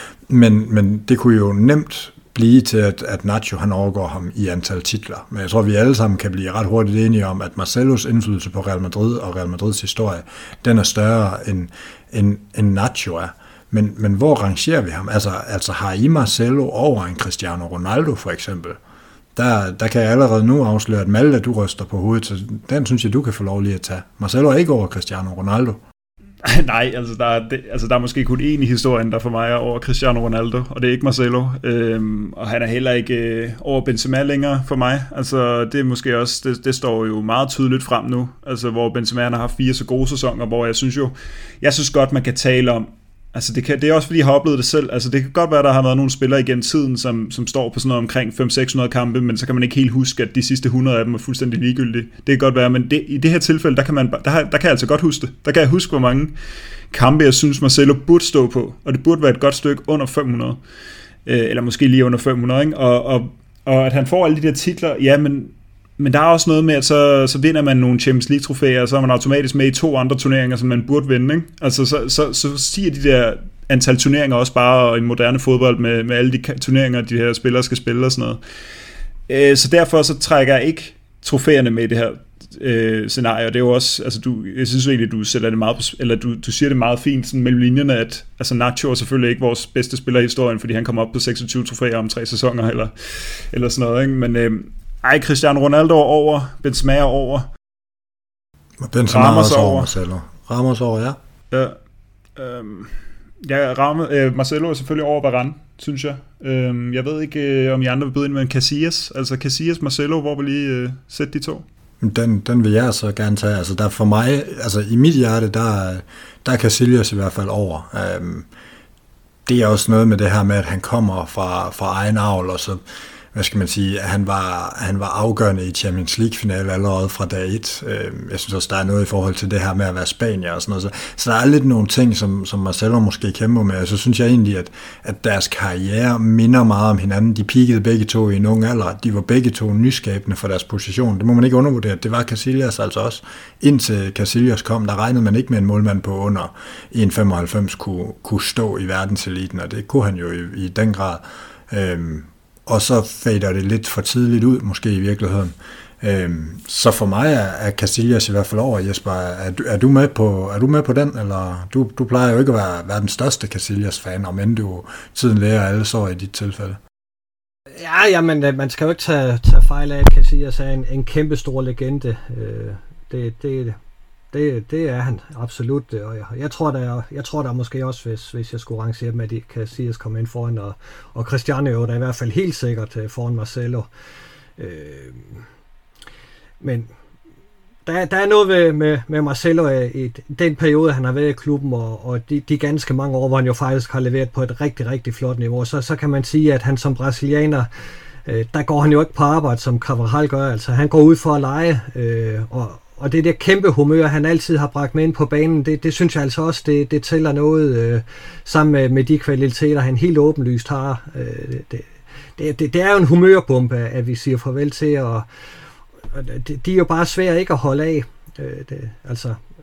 Speaker 1: men det kunne jo nemt blive til, at Nacho han overgår ham i antal titler. Men jeg tror, vi alle sammen kan blive ret hurtigt enige om, at Marcelos indflydelse på Real Madrid og Real Madrids historie, den er større end Nacho er. Men hvor rangerer vi ham? Altså har I Marcelo over en Cristiano Ronaldo for eksempel? Der kan jeg allerede nu afsløre, at Malte, du ryster på hovedet, så den synes jeg, du kan få lov lige at tage. Marcelo er ikke over Cristiano Ronaldo.
Speaker 3: Nej, der er måske kun én i historien, der for mig er over Cristiano Ronaldo, og det er ikke Marcelo. Og han er heller ikke over Benzema længere for mig. Altså, det er måske også, det står jo meget tydeligt frem nu, altså, hvor Benzema har haft 4 så gode sæsoner, hvor jeg synes godt, man kan tale om, altså det er også fordi, jeg har oplevet det selv. Altså det kan godt være, der har været nogle spillere igennem tiden, som står på sådan noget omkring 500-600 kampe, men så kan man ikke helt huske, at de sidste 100 af dem er fuldstændig ligegyldige. Det kan godt være, men i det her tilfælde, der kan jeg altså godt huske det. Der kan jeg huske, hvor mange kampe, jeg synes, Marcelo burde stå på, og det burde være et godt stykke under 500, eller måske lige under 500, ikke? Og at han får alle de der titler, ja, men der er også noget med, at så vinder man nogle Champions League-trofæer, og så er man automatisk med i 2 andre turneringer, som man burde vinde, ikke? Altså, så stiger de der antal turneringer også bare i moderne fodbold, med alle de turneringer, de her spillere skal spille og sådan noget. Så derfor så trækker jeg ikke trofæerne med i det her scenarie, og det er jo også, altså jeg synes egentlig, du sætter det meget, eller du siger det meget fint sådan mellem linjerne, at altså Nacho er selvfølgelig ikke vores bedste spiller i historien, fordi han kommer op på 26 trofæer om 3 sæsoner, eller sådan noget, ikke? Men Cristiano Ronaldo over, Benzema over.
Speaker 1: Benzema Ramos over Marcelo. Ramos over, ja.
Speaker 3: Marcelo er selvfølgelig over Varane, synes jeg. Jeg ved ikke, om I andre vil byde ind med en Casillas. Altså Casillas, Marcelo, hvor vil I sætte de to?
Speaker 1: Den vil jeg så gerne tage. Altså der for mig, altså i mit hjerte, der er Casillas i hvert fald over. Det er også noget med det her med, at han kommer fra egen avl, og så hvad skal man sige, han var afgørende i Champions League-finale allerede fra dag 1. Jeg synes også, der er noget i forhold til det her med at være spanier og sådan noget. Så der er lidt nogle ting, som Marcelo måske kæmper med, og så synes jeg egentlig, at deres karriere minder meget om hinanden. De peakede begge to i en ung alder. De var begge to nyskabende for deres position. Det må man ikke undervurdere. Det var Casillas altså også. Indtil Casillas kom, der regnede man ikke med en målmand på under 1,95 kunne stå i verdenseliten, og det kunne han jo i den grad. Og så fader det lidt for tidligt ud, måske i virkeligheden. Så for mig er Casillas i hvert fald over. Jesper, er du med på den? Eller du plejer jo ikke at være den største Casillas-fan, om end du tiden lærer alle så i dit tilfælde.
Speaker 4: Ja, men man skal jo ikke tage fejl af, at Casillas er en kæmpe stor legende. Det er han absolut, og jeg tror der måske også, hvis jeg skulle rangere dem, at Casillas kommer ind foran, og Cristiano jo der i hvert fald helt sikkert foran Marcelo. Men der er noget med Marcelo i den periode, han har været i klubben, og de ganske mange år, hvor han jo faktisk har leveret på et rigtig, rigtig flot niveau, så kan man sige, at han som brasilianer, der går han jo ikke på arbejde, som Carvajal gør, altså han går ud for at lege, og det der kæmpe humør, han altid har bragt med ind på banen, det synes jeg altså også, det tæller noget sammen med de kvaliteter, han helt åbenlyst har. Det er jo en humørbombe, at vi siger farvel til, og de er jo bare svære ikke at holde af.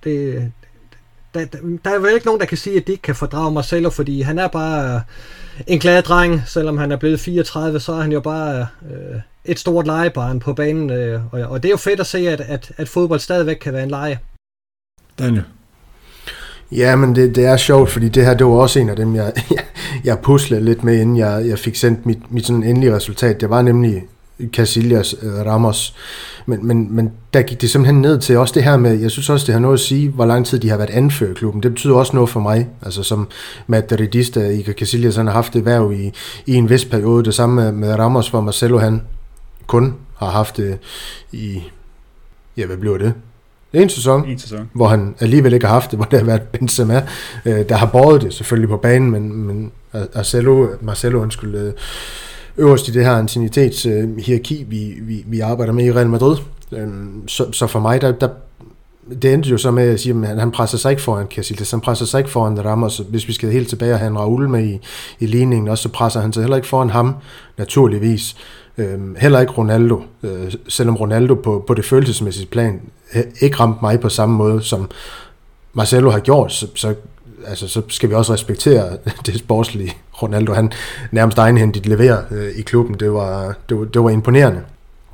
Speaker 4: der er vel ikke nogen, der kan sige, at de ikke kan fordrage Marcelo, fordi han er bare en glad dreng. Selvom han er blevet 34, så er han jo bare et stort legebarn på banen, og det er jo fedt at se, at fodbold stadigvæk kan være en lege.
Speaker 1: Daniel?
Speaker 2: Ja, men det er sjovt, fordi det her, det var også en af dem, jeg puslede lidt med, inden jeg fik sendt mit sådan endelige resultat. Det var nemlig Casillas, Ramos, men der gik det simpelthen ned til også det her med, jeg synes også, det har noget at sige, hvor lang tid de har været anført i klubben. Det betyder også noget for mig, altså som madridista, Iker Casillas, han har haft det værv i en vis periode, det samme med Ramos, hvor Marcelo, han kun har haft det i, ja, hvad bliver det? En sæson, hvor han alligevel ikke har haft det, hvor det har været Benzema, der har båret det selvfølgelig på banen, men Marcelo øverst i det her anciennitetshierarki, vi arbejder med i Real Madrid. Så for mig, det endte jo så med at sige, at han presser sig ikke foran Casillas, han presser sig ikke foran Ramos. Hvis vi skal helt tilbage og have en Raúl med i ligningen også, så presser han sig heller ikke foran ham, naturligvis. Heller ikke Ronaldo, selvom Ronaldo på det følelsesmæssige plan ikke ramte mig på samme måde, som Marcelo har gjort, så skal vi også respektere det sportslige. Ronaldo, han nærmest egenhændigt leverer i klubben. Det var imponerende.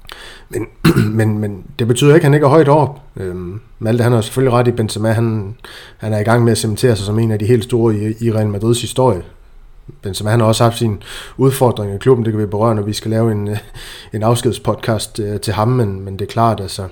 Speaker 2: Men det betyder ikke, at han ikke er højt op. Malte, han har selvfølgelig ret i Benzema. Han er i gang med at cementere sig som en af de helt store i Real Madrids historie. Benzema, han har også haft sin udfordring i klubben. Det kan vi berøre, når vi skal lave en afskedspodcast til ham. Men det er klart, altså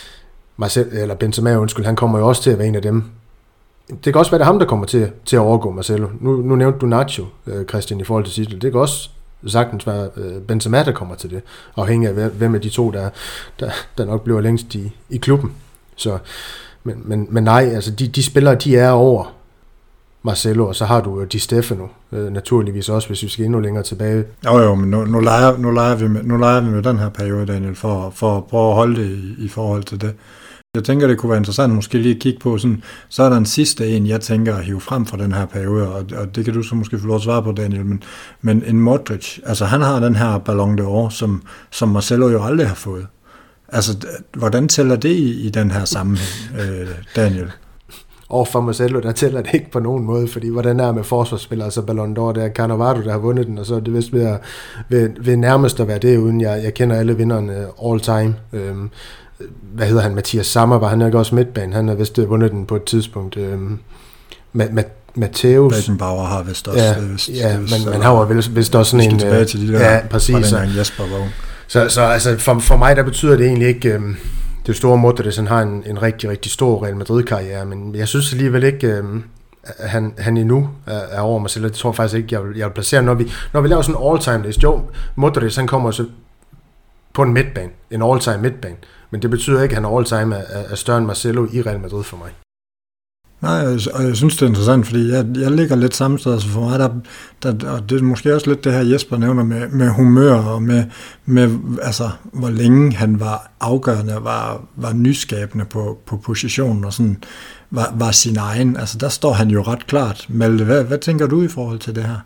Speaker 2: Benzema, han kommer jo også til at være en af dem. Det kan også være, det ham, der kommer til at overgå Marcelo. Nu nævnte du Nacho, Christian, i forhold til titel. Det kan også sagtens være Benzema, der kommer til det, afhængig af hvem af de to, der nok bliver længst i klubben. Så, men nej, altså de spillere, de er over Marcelo, og så har du Di Stefano, naturligvis også, hvis vi skal endnu længere tilbage.
Speaker 1: Jo, men nu leger vi med den her periode, Daniel, for at prøve at holde det i forhold til det. Jeg tænker, det kunne være interessant måske lige at kigge på, sådan, så er der en sidste en, jeg tænker at hive frem fra den her periode, og det kan du så måske få lov at svare på, Daniel, men en Modric, altså han har den her Ballon d'Or, som Marcelo jo aldrig har fået. Altså, hvordan tæller det i den her sammenhæng, Daniel?
Speaker 2: Og for Marcelo, der tæller det ikke på nogen måde, fordi hvordan er med forsvarsspillere, så Ballon d'Or, der er Cannavaro, der har vundet den, og så er det vist ved nærmest at være det, uden jeg kender alle vinderne all time. Hvad hedder han? Mathias Sammer, var han ikke også midtbane? Han har vist vundet den på et tidspunkt. Matthäus
Speaker 1: Beckenbauer har vist også.
Speaker 2: Ja, men han var vist også sådan en...
Speaker 1: tilbage til de der,
Speaker 2: ja, præcis.
Speaker 1: Jesper var.
Speaker 2: Så altså, for mig, der betyder det egentlig ikke... det store Modric, han har en rigtig, rigtig stor Real Madrid-karriere, men jeg synes alligevel ikke, han endnu er over Marcelo. Det tror jeg faktisk ikke, jeg vil placere. Når vi laver sådan en all-time list, jo, Modric, han kommer så på en midtbane, en all-time midtbane, men det betyder ikke, at han all-time er større end Marcelo i Real Madrid for mig.
Speaker 1: Nej, og jeg synes, det er interessant, fordi jeg ligger lidt samme sted, altså for mig, og det er måske også lidt det her, Jesper nævner med humør, og med altså, hvor længe han var afgørende, var nyskabende på positionen, og sådan var sin egen, altså der står han jo ret klart. Malte, hvad tænker du i forhold til det her?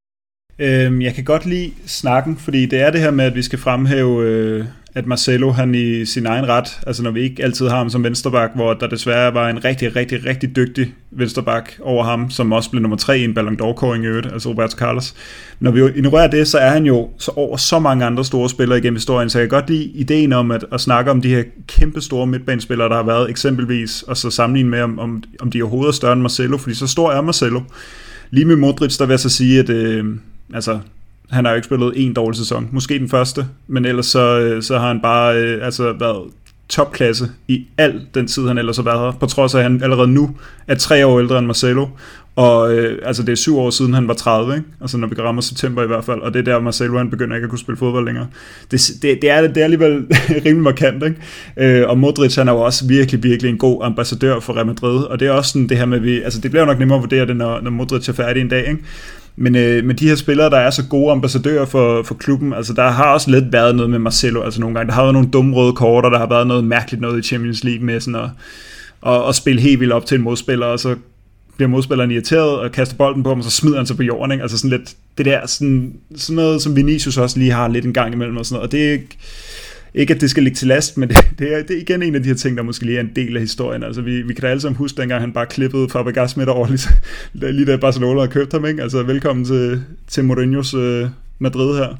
Speaker 3: Jeg kan godt lide snakken, fordi det er det her med, at vi skal fremhæve, at Marcelo, han i sin egen ret, altså når vi ikke altid har ham som venstreback, hvor der desværre var en rigtig, rigtig, rigtig dygtig venstreback over ham, som også blev nummer 3 i en Ballon d'Or-kåring i øvrigt, altså Roberto Carlos. Når vi ignorerer det, så er han jo så over så mange andre store spillere igennem historien, så jeg kan godt lide ideen om at snakke om de her kæmpe store midtbanespillere, der har været eksempelvis, og så sammenligne med, om de overhovedet er større end Marcelo, fordi så stor er Marcelo. Lige med Modric, der vil jeg så sige, at altså, han har jo ikke spillet en dårlig sæson. Måske den første, men ellers så har han bare været topklasse i al den tid, han ellers har været her. På trods af, at han allerede nu er 3 år ældre end Marcelo. Og det er 7 år siden, han var 30, ikke? Altså når vi kan ramme september i hvert fald. Og det er der, Marcelo, han begynder ikke at kunne spille fodbold længere. Det er alligevel rimelig markant, ikke? Og Modric, han er jo også virkelig, virkelig en god ambassadør for Real Madrid. Og det er også sådan det her med, det bliver jo nok nemmere at vurdere det, når Modric er færdig en dag, ikke? Men de her spillere, der er så gode ambassadører for klubben, altså der har også lidt været noget med Marcelo, altså nogle gange, der har været nogle dumme røde kort, og der har været noget mærkeligt noget i Champions League med sådan at spille helt vildt op til en modspiller, og så bliver modspilleren irriteret og kaster bolden på ham, og så smider han sig på jorden, ikke? Altså sådan lidt, det der, sådan noget, som Vinicius også lige har lidt en gang imellem, og sådan noget, og det er ikke, ikke at det skal ligge til last, men det er igen en af de her ting, der måske lige er en del af historien. Altså vi kan da alle sammen huske, dengang han bare klippede Fabregas midt over, lige da Barcelona havde købt ham, ikke? Altså velkommen til Mourinhos Madrid her.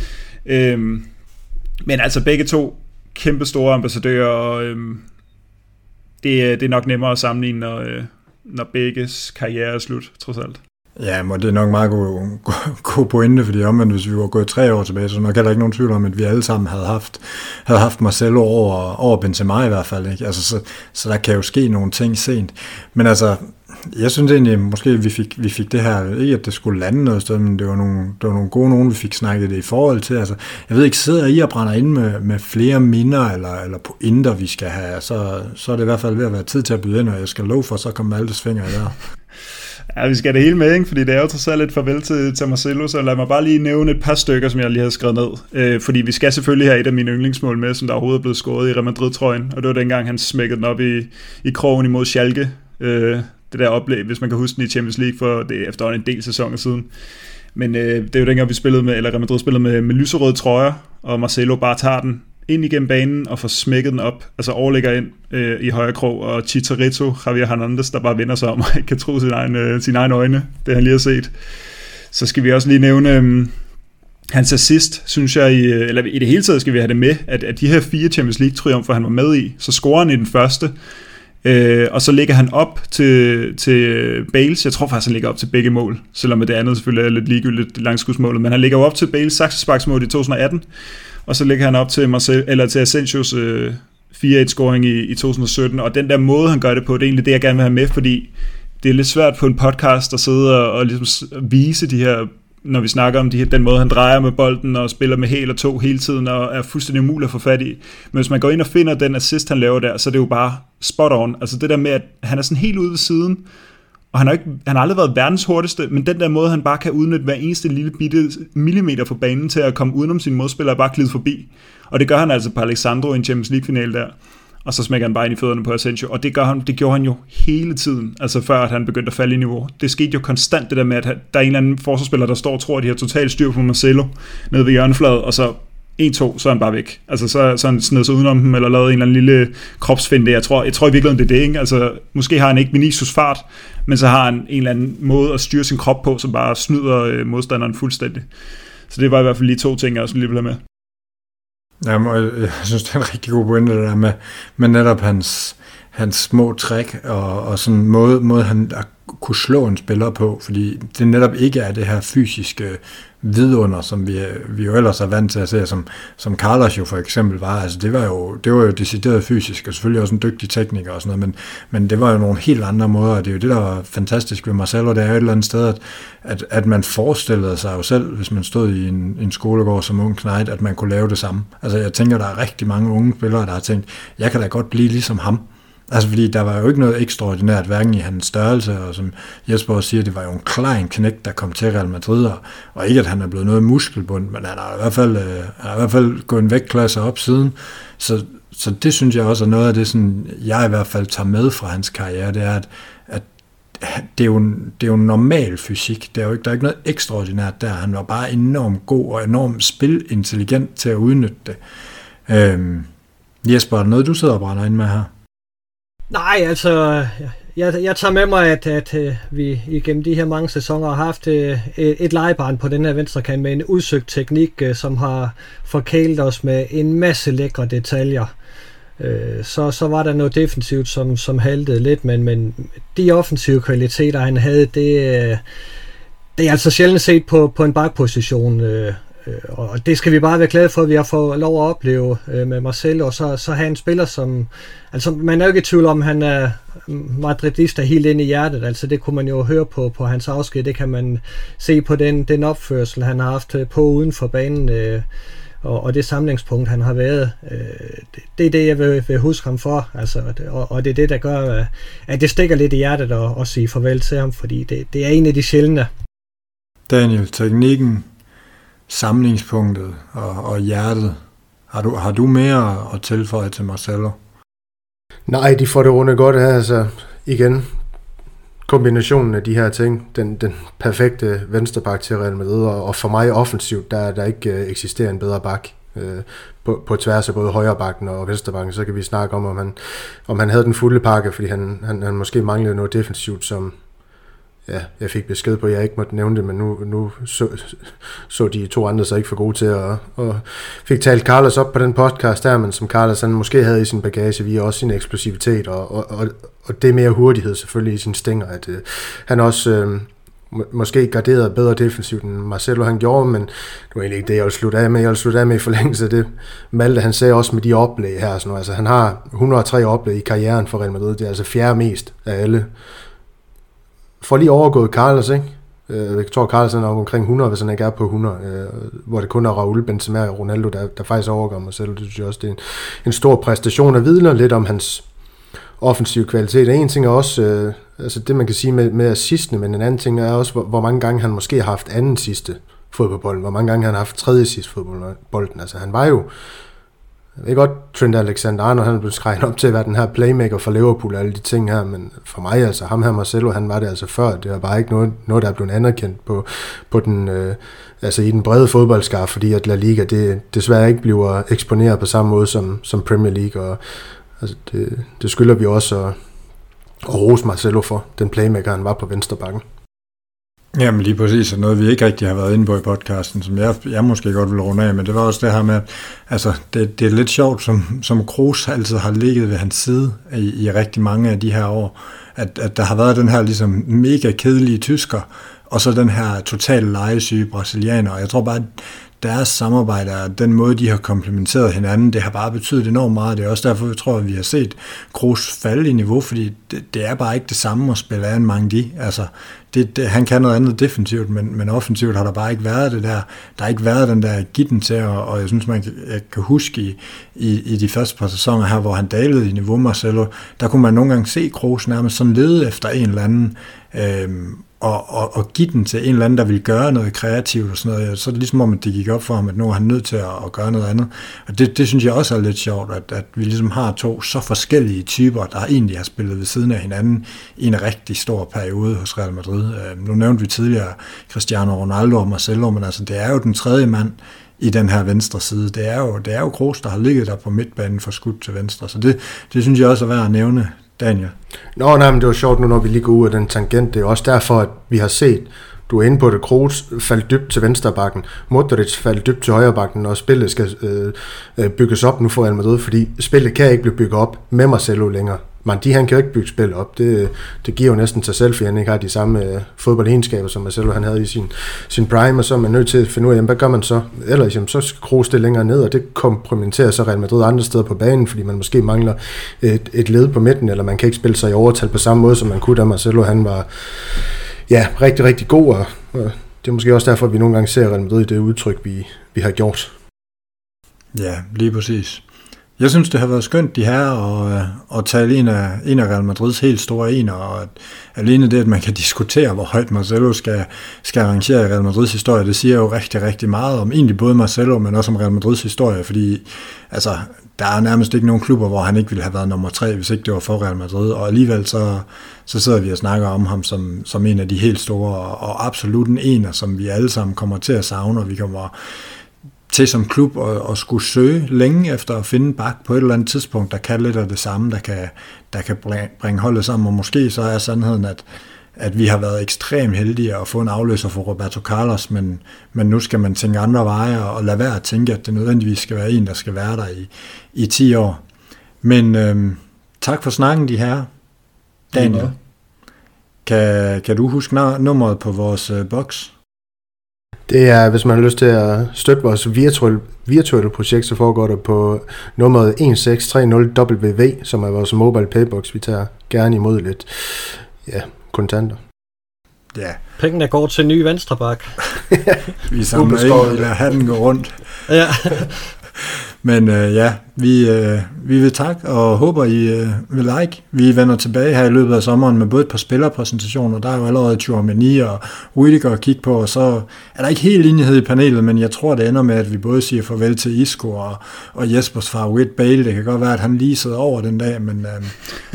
Speaker 3: Men altså begge to kæmpe store ambassadører, og det er nok nemmere at sammenligne, når begges karriere er slut, trods alt.
Speaker 1: Ja, men det er nok meget god pointe, fordi omvendt, hvis vi var gået 3 år tilbage, så nok heller ikke nogen tvivl om, at vi alle sammen havde haft Marcelo over Benzema i hvert fald. Ikke? Altså, så der kan jo ske nogle ting sent. Men altså, jeg synes egentlig, måske vi fik det her, ikke at det skulle lande noget sted, men det var nogle gode nogen, vi fik snakket det i forhold til. Altså, jeg ved ikke, sidder I og brænder ind med flere minder eller pointer, vi skal have, så er det i hvert fald ved at være tid til at byde ind, og jeg skal love for, så kommer alle fingre i der.
Speaker 3: Ja, vi skal det hele med, ikke? Fordi det er jo trods alt et farvel til Marcelo, så lad mig bare lige nævne et par stykker, som jeg lige havde skrevet ned. Fordi vi skal selvfølgelig have et af mine yndlingsmål med, som der overhovedet er blevet skåret i Real Madrid-trøjen, og det var dengang, han smækkede den op i krogen imod Schalke. Det der oplæg, hvis man kan huske den i Champions League, for det er efterhånden en del sæsoner siden. Men det er jo dengang, Real Madrid spillede med lyserøde trøjer, og Marcelo bare tager den ind igennem banen og får smækket den op, altså overlægger ind i højre krog, og Chicharito, Javier Hernandez, der bare vender sig om og ikke kan tro sine egne øjne, det han lige har set. Så skal vi også lige nævne hans assist, synes jeg, eller i det hele taget skal vi have det med, at de her 4 Champions League-triumfer, han var med i, så scorer han i den første, og så ligger han op til Bales. Jeg tror faktisk, han ligger op til begge mål, selvom det andet selvfølgelig er lidt ligegyldigt langskudsmålet, men han ligger op til Bales saksesparksmål i 2018, og så ligger han op til til Asensios 4-1-scoring i 2017, og den der måde, han gør det på, det er egentlig det, jeg gerne vil have med, fordi det er lidt svært på en podcast at sidde og ligesom vise de her, når vi snakker om den måde, han drejer med bolden og spiller med hæl og tå hele tiden, og er fuldstændig umulig at få fat i. Men hvis man går ind og finder den assist, han laver der, så er det jo bare spot on. Altså det der med, at han er sådan helt ude ved siden, og han har aldrig været verdens hurtigste, men den der måde, han bare kan udnytte hver eneste lille bitte millimeter på banen til at komme udenom sine modspillere og bare glide forbi. Og det gør han altså på Alexandro i en Champions League-finale der. Og så smækker han bare ind i fødderne på Asensio, og det gjorde han jo hele tiden, altså før at han begyndte at falde i niveau. Det skete jo konstant det der med, at der er en eller anden forsvarsspiller, der står og tror, at de har totalt styr på Marcelo nede ved hjørnefladet, og så 1-2, så er han bare væk. Altså så han sned sig udenom dem, eller lavet en eller anden lille kropsfinde. Jeg tror i virkeligheden, det er det, ikke? Altså måske har han ikke Vinicius fart, men så har han en eller anden måde at styre sin krop på, som bare snyder modstanderen fuldstændig. Så det var i hvert fald lige 2 ting, jeg også lige ville have med.
Speaker 1: Jamen, jeg synes, det er en rigtig god pointe, det der med netop hans små trick og sådan en måde han kunne slå en spiller på, fordi det netop ikke er det her fysiske vidunder, som vi jo ellers er vant til at se, som Carlos jo for eksempel var. Altså det var jo decideret fysisk, og selvfølgelig også en dygtig tekniker og sådan noget, men det var jo nogle helt andre måder, og det er jo det, der var fantastisk ved Marcelo. Det er jo et eller andet sted, at man forestillede sig jo selv, hvis man stod i en skolegård som ung knægt, at man kunne lave det samme. Altså jeg tænker, der er rigtig mange unge spillere, der har tænkt, jeg kan da godt blive ligesom ham. Altså fordi der var jo ikke noget ekstraordinært, hverken i hans størrelse, og som Jesper også siger, det var jo en klein knægt, der kom til Real Madrid, og ikke at han er blevet noget muskelbund, men han har i hvert fald gået en vægtklasse op siden, så det synes jeg også er noget af det, sådan, jeg i hvert fald tager med fra hans karriere, det er, at det er jo en normal fysik, der er ikke noget ekstraordinært der, han var bare enormt god og enormt spilintelligent til at udnytte det. Jesper, er det noget, du sidder og brænder ind med her?
Speaker 4: Nej, altså, jeg tager med mig, at vi igennem de her mange sæsoner har haft et legebarn på den her venstre kant med en udsøgt teknik, som har forkælet os med en masse lækre detaljer. Så var der noget defensivt, som haltede lidt, men de offensive kvaliteter, han havde, det er altså sjældent set på en bakposition. Og det skal vi bare være glade for, at vi har fået lov at opleve med Marcelo, og så have en spiller, som, altså man er jo ikke i tvivl om, han er madridista helt ind i hjertet, altså det kunne man jo høre på hans afsked, det kan man se på den opførsel, han har haft på uden for banen, og det samlingspunkt, han har været. Det er det, jeg vil huske ham for, altså, og det er det, der gør, at det stikker lidt i hjertet at sige farvel til ham, fordi det er en af de sjældne.
Speaker 1: Daniel, teknikken, samlingspunktet og hjertet. Har du mere at tilføje til Marcelo?
Speaker 2: Nej, de får det rundet godt her. Altså, igen, kombinationen af de her ting, den perfekte venstreback til Real Madrid, og for mig offensivt, der ikke eksisterer en bedre bak på tværs af både højrebakken og venstrebakken. Så kan vi snakke om han havde den fulde pakke, fordi han måske manglede noget defensivt, som jeg fik besked på, at jeg ikke måtte nævne det, men nu så de to andre så ikke for gode til og fik talt Carlos op på den podcast der, men som Carlos han måske havde i sin bagage, via også sin eksplosivitet og det mere hurtighed selvfølgelig i sine stænger, at han også måske garderede bedre defensivt end Marcelo han gjorde, men det var egentlig ikke det, jeg ville slutte af med. Jeg ville slutte af med i forlængelse af det. Malte, han sagde også med de oplæg her, sådan noget. Altså, han har 103 oplæg i karrieren for Real Madrid, det er altså fjerde mest af alle. For lige overgået Carlos, ikke? Jeg tror, Carlos er nok omkring 100, hvis han ikke er på 100, hvor det kun er Raúl, Benzema og Ronaldo, der faktisk overgår Marcelo. Det synes jeg også, det er en stor præstation, og vidner lidt om hans offensiv kvalitet. En ting er også, altså det man kan sige med assistene, men en anden ting er også, hvor mange gange han måske har haft anden sidste fod på bolden, hvor mange gange han har haft tredje sidste fod på bolden. Altså han var jo, jeg ved godt, Trent Alexander-Arnold, han blev skrevet op til at være den her playmaker for Liverpool og alle de ting her, men for mig, altså ham her Marcelo, han var det altså før. Det var bare ikke noget der er blevet anerkendt på den, altså i den brede fodboldskar, fordi at La Liga, det desværre ikke bliver eksponeret på samme måde som Premier League, og altså det skylder vi også at rose Marcelo for, den playmaker, han var på venstrebakken.
Speaker 1: Jamen lige præcis, og noget vi ikke rigtig har været inde på i podcasten, som jeg måske godt vil runde af, men det var også det her med, at altså, det er lidt sjovt, som Kroos altid har ligget ved hans side i rigtig mange af de her år, at der har været den her ligesom mega kedelige tysker, og så den her totalt legesyge brasilianer, og jeg tror bare, at deres samarbejde og den måde, de har komplementeret hinanden, det har bare betydet enormt meget. Det er også derfor, jeg tror, at vi har set Kroos falde i niveau, fordi det er bare ikke det samme at spille af en Mangdi. Altså, han kan noget andet defensivt, men offensivt har der bare ikke været det der. Der har ikke været den der gitten til, og jeg synes, jeg kan huske i de første par sæsoner her, hvor han dalede i niveau Marcelo, der kunne man nogle gange se Kroos nærmest sådan lede efter en eller anden og give den til en eller anden, der ville gøre noget kreativt og sådan noget. Så er det ligesom om, at det gik op for ham, at nu er han nødt til at gøre noget andet. Og det synes jeg også er lidt sjovt, at vi ligesom har to så forskellige typer, der egentlig har spillet ved siden af hinanden i en rigtig stor periode hos Real Madrid. Nu nævnte vi tidligere Cristiano Ronaldo og Marcelo, men altså det er jo den tredje mand i den her venstre side. Det er jo Kroos, der har ligget der på midtbanen for skudt til venstre. Så det synes jeg også er værd at nævne, Daniel.
Speaker 2: Nej, men det var sjovt nu, når vi lige går ud af den tangent. Det er også derfor, at vi har set, du er inde på det, Kroos faldt dybt til venstrebakken, Modric faldt dybt til højrebakken, og spillet skal bygges op nu for Real Madrid, fordi spillet kan ikke blive bygget op med Marcelo længere. Men han kan jo ikke bygge spil op. Det giver jo næsten sig selv, fordi han ikke har de samme fodboldegenskaber, som Marcelo han havde i sin prime, og så er man nødt til at finde ud af, hvad gør man så? Ellers så skal Kroos det længere ned, og det kompromitterer så Real Madrid andre steder på banen, fordi man måske mangler et led på midten, eller man kan ikke spille sig i overtal på samme måde, som man kunne, da Marcelo han var rigtig, rigtig god, og det er måske også derfor, at vi nogle gange ser Real Madrid det udtryk, vi har gjort.
Speaker 1: Ja, lige præcis. Jeg synes, det har været skønt, de her, at tale en af Real Madrids helt store ener, og alene det, at man kan diskutere, hvor højt Marcelo skal arrangere i Real Madrids historie, det siger jo rigtig, rigtig meget om egentlig både Marcelo, men også om Real Madrids historie, fordi altså, der er nærmest ikke nogen klubber, hvor han ikke ville have været nummer 3, hvis ikke det var for Real Madrid, og alligevel så sidder vi og snakker om ham som en af de helt store, og absolut en ener, som vi alle sammen kommer til at savne, og vi kommer til som klub og skulle søge længe efter at finde bak på et eller andet tidspunkt, der kan lidt af det samme, der kan bringe holdet sammen, og måske så er sandheden, at vi har været ekstremt heldige at få en afløser for Roberto Carlos, men nu skal man tænke andre veje, og lade være at tænke, at det nødvendigvis skal være en, der skal være der i 10 år. Men tak for snakken, de her. Daniel, kan du huske nummeret på vores boks?
Speaker 2: Det er, hvis man har lyst til at støtte vores virtuelle projekt, så foregår det på nummeret 1630WV, som er vores mobile paybox. Vi tager gerne imod lidt kontanter.
Speaker 1: Ja.
Speaker 4: Pengene går til ny venstrebak.
Speaker 1: Vi samler ikke, vi lader hatten gå rundt.
Speaker 4: Ja.
Speaker 1: Men vi vil takke og håber, I vil like. Vi vender tilbage her i løbet af sommeren med både et par spillerpræsentationer. Der er jo allerede Tchouaméni og Rüdiger at kigge på, og så er der ikke helt enighed i panelet, men jeg tror, det ender med, at vi både siger farvel til Isco og Jespers favorit Bale. Det kan godt være, at han lige sidder over den dag, men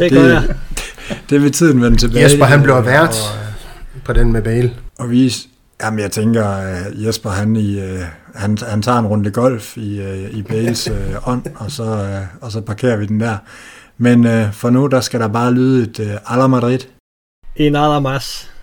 Speaker 1: det vil tiden vende tilbage.
Speaker 2: Jesper, han bliver vært på den med Bale.
Speaker 1: Og vi Jamen, jeg tænker, Jesper, han tager en runde golf i Bales ånd, og så parkerer vi den der. Men for nu, der skal der bare lyde et Ala Madrid.
Speaker 4: En nada más.